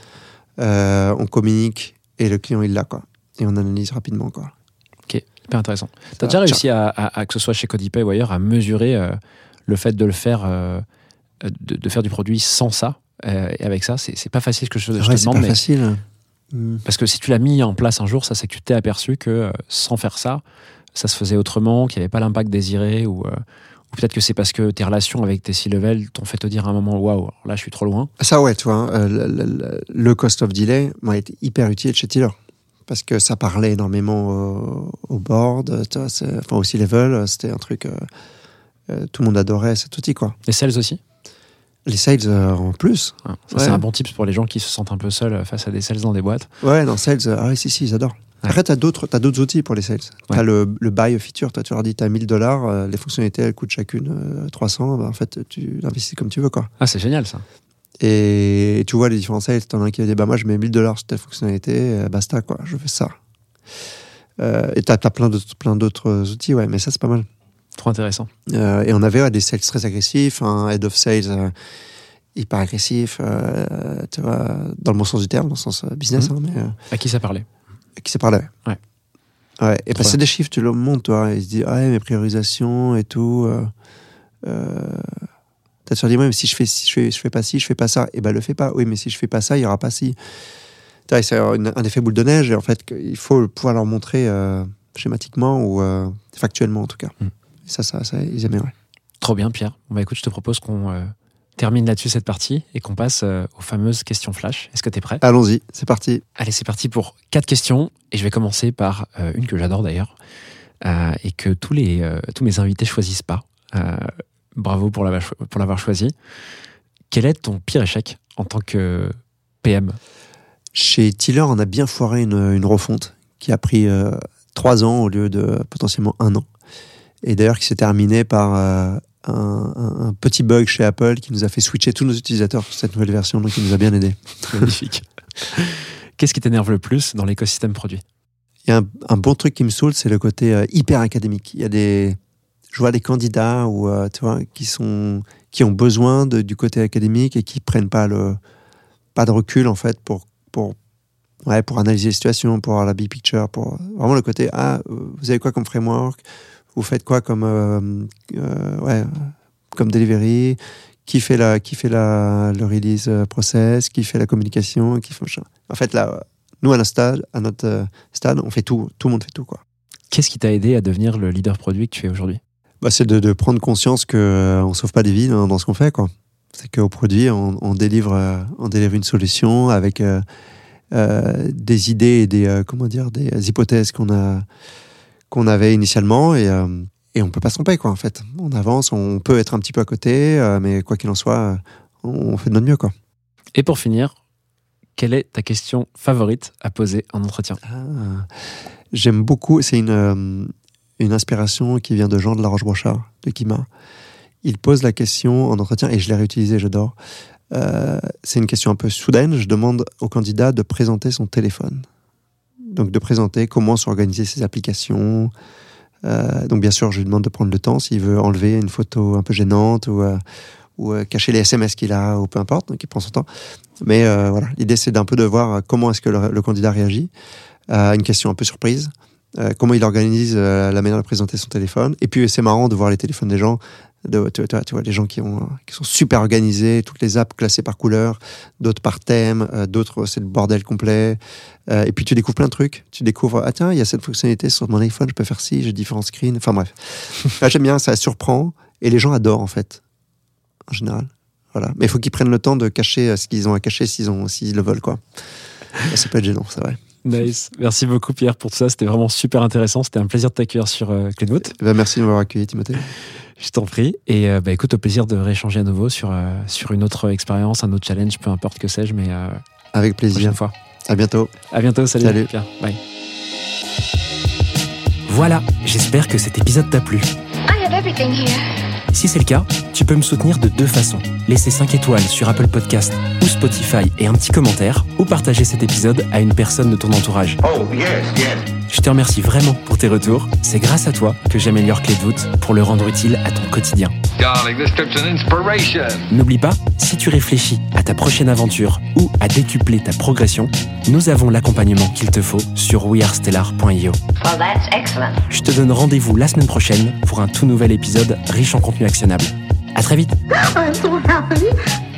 Speaker 4: euh, on communique. Et le client, il l'a, quoi. Et on analyse rapidement, quoi.
Speaker 1: Hyper intéressant. Tu as
Speaker 4: Ça,
Speaker 1: déjà
Speaker 4: tiens.
Speaker 1: réussi à, à, à, que ce soit chez Codipay ou ailleurs, à mesurer euh, le fait de le faire, euh, de, de faire du produit sans ça, euh, et avec ça, c'est, c'est pas facile ce que je, je
Speaker 4: Ouais,
Speaker 1: te
Speaker 4: c'est
Speaker 1: demande,
Speaker 4: pas
Speaker 1: mais
Speaker 4: facile. Mm.
Speaker 1: parce que si tu l'as mis en place un jour, ça c'est que tu t'es aperçu que euh, sans faire ça, ça se faisait autrement, qu'il n'y avait pas l'impact désiré, ou, euh, Ou peut-être que c'est parce que tes relations avec tes C-level t'ont fait te dire à un moment, waouh, là je suis trop loin.
Speaker 4: Ça, ouais, tu vois, euh, le, le, le cost of delay m'a été hyper utile chez Tiller. Parce que ça parlait énormément au, au board, tu vois, c'est, enfin au C-level, c'était un truc. Euh, euh, tout le monde adorait cet outil, quoi.
Speaker 1: Les sales aussi?
Speaker 4: Les sales euh, en plus.
Speaker 1: Ah, ça,
Speaker 4: ouais.
Speaker 1: C'est un bon tips pour les gens qui se sentent un peu seuls face à des sales dans des boîtes.
Speaker 4: Ouais, dans sales, euh, ah oui, si, si, ils adorent. Ouais. Après, t'as d'autres, t'as d'autres outils pour les sales. Ouais. T'as le, le buy a feature, toi, tu leur dis, t'as mille dollars, euh, les fonctionnalités, elles coûtent chacune euh, trois cents, bah, en fait, tu l'investis comme tu veux, quoi.
Speaker 1: Ah, c'est génial, ça.
Speaker 4: Et, et tu vois les différents sales, t'en as un qui va dire, bah, moi, je mets mille dollars sur telle fonctionnalité, euh, basta, quoi, je fais ça. Euh, et t'as, t'as plein d'autres, plein d'autres outils, ouais, mais ça, c'est pas mal.
Speaker 1: Trop intéressant.
Speaker 4: Euh, et on avait ouais, des sales très agressifs, un head of sales euh, hyper agressif, euh, tu vois, dans le bon sens du terme, dans le sens business. Mmh. Hein, mais, euh,
Speaker 1: à qui ça parlait?
Speaker 4: À qui ça parlait,
Speaker 1: ouais.
Speaker 4: Ouais. Et passer des chiffres, tu le montres, toi. Il se dit, ah ouais, mes priorisations et tout. Euh, euh, T'as toujours dit, ouais, mais si je fais, si je fais, je fais pas ci, je fais pas ça. Et ben, le fais pas. Oui, mais si je fais pas ça, il y aura pas ci. C'est un, un effet boule de neige. Et en fait, il faut pouvoir leur montrer euh, schématiquement ou euh, factuellement, en tout cas. Mmh. Et ça, ça, ça, ils aimaient, ouais.
Speaker 1: Trop bien, Pierre. Bon, bah, écoute, je te propose qu'on euh, termine là-dessus cette partie et qu'on passe euh, aux fameuses questions flash. Est-ce que t'es prêt?
Speaker 4: Allons-y, c'est parti.
Speaker 1: Allez, c'est parti pour quatre questions. Et je vais commencer par euh, une que j'adore d'ailleurs euh, et que tous, les, euh, tous mes invités choisissent pas. Euh, bravo pour l'avoir, pour l'avoir choisi. Quel est ton pire échec en tant que P M?
Speaker 4: Chez Tiller, on a bien foiré une, une refonte qui a pris euh, trois ans au lieu de potentiellement un an. Et d'ailleurs, qui s'est terminé par euh, un, un, un petit bug chez Apple qui nous a fait switcher tous nos utilisateurs sur cette nouvelle version, donc qui nous a bien aidés.
Speaker 1: Magnifique. Qu'est-ce qui t'énerve le plus dans l'écosystème produit?
Speaker 4: Il y a un, un bon truc qui me saoule, c'est le côté euh, hyper académique. Il y a des, je vois des candidats où, euh, tu vois, qui sont, qui ont besoin de, du côté académique et qui prennent pas le, pas de recul en fait pour, pour, ouais, pour analyser les situations, pour avoir la big picture, pour vraiment le côté, ah, vous avez quoi comme framework? Vous faites quoi comme, euh, euh, ouais, comme delivery? Qui fait, la, qui fait la, le release process? Qui fait la communication? Qui fait... En fait, là, nous, à notre stade, à notre stade, on fait tout. Tout le monde fait tout, quoi.
Speaker 1: Qu'est-ce qui t'a aidé à devenir le leader produit que tu es aujourd'hui?
Speaker 4: Bah, c'est de, de prendre conscience qu'on euh, ne sauve pas des vies dans, dans ce qu'on fait, quoi. C'est qu'au produit, on, on, délivre, euh, on délivre une solution avec euh, euh, des idées et des, euh, comment dire, des hypothèses qu'on a... qu'on avait initialement et, euh, et on peut pas se tromper, quoi, en fait. On avance, on peut être un petit peu à côté, euh, mais quoi qu'il en soit, euh, on fait de notre mieux, quoi.
Speaker 1: Et pour finir, quelle est ta question favorite à poser en entretien?
Speaker 4: ah, J'aime beaucoup, c'est une, euh, une inspiration qui vient de Jean de la Roche-Brochard, de Kima. Il pose la question en entretien, et je l'ai réutilisée, j'adore. Euh, c'est une question un peu soudaine. Je demande au candidat de présenter son téléphone. Donc de présenter comment s'organiser ses applications. Euh, donc bien sûr, je lui demande de prendre le temps s'il veut enlever une photo un peu gênante ou, euh, ou euh, cacher les S M S qu'il a ou peu importe. Donc il prend son temps. Mais euh, voilà, l'idée c'est d'un peu de voir comment est-ce que le, le candidat réagit à une question un peu surprise. Euh, comment il organise euh, la manière de présenter son téléphone. Et puis c'est marrant de voir les téléphones des gens. De, tu, tu, tu vois, les gens qui, ont, qui sont super organisés, toutes les apps classées par couleur, d'autres par thème, euh, d'autres c'est le bordel complet. Euh, et puis tu découvres plein de trucs. Tu découvres, ah tiens, il y a cette fonctionnalité sur mon iPhone, je peux faire ci, j'ai différents screens. Enfin bref. Là, j'aime bien, ça surprend. Et les gens adorent en fait, en général. Voilà. Mais il faut qu'ils prennent le temps de cacher ce qu'ils ont à cacher s'ils, ont, s'ils le veulent, quoi. Là, ça peut être gênant, c'est vrai.
Speaker 1: Nice. Merci beaucoup Pierre pour tout ça. C'était vraiment super intéressant. C'était un plaisir de t'accueillir sur euh, Clé de voûte.
Speaker 4: Ben, merci de m'avoir accueilli, Timothée.
Speaker 1: Je t'en prie. Et euh, bah, écoute, au plaisir de rééchanger à nouveau sur, euh, sur une autre expérience, un autre challenge, peu importe que sais-je, mais euh,
Speaker 4: avec plaisir.
Speaker 1: Prochaine fois.
Speaker 4: À bientôt.
Speaker 1: À bientôt. Salut,
Speaker 4: salut.
Speaker 1: Pierre. Bye. Voilà. J'espère que cet épisode t'a plu.
Speaker 2: I have everything here.
Speaker 1: Si c'est le cas, tu peux me soutenir de deux façons. Laisser cinq étoiles sur Apple Podcast ou Spotify et un petit commentaire, ou partager cet épisode à une personne de ton entourage.
Speaker 3: Oh, yes, yes.
Speaker 1: Je te remercie vraiment pour tes retours. C'est grâce à toi que j'améliore Clé de voûte pour le rendre utile à ton quotidien.
Speaker 3: Darling, this trip's an inspiration.
Speaker 1: N'oublie pas, si tu réfléchis à ta prochaine aventure ou à décupler ta progression, nous avons l'accompagnement qu'il te faut sur we are stellar point io.
Speaker 2: Well, that's excellent.
Speaker 1: Je te donne rendez-vous la semaine prochaine pour un tout nouvel épisode riche en contenu actionnable. À très vite.
Speaker 2: I'm so happy.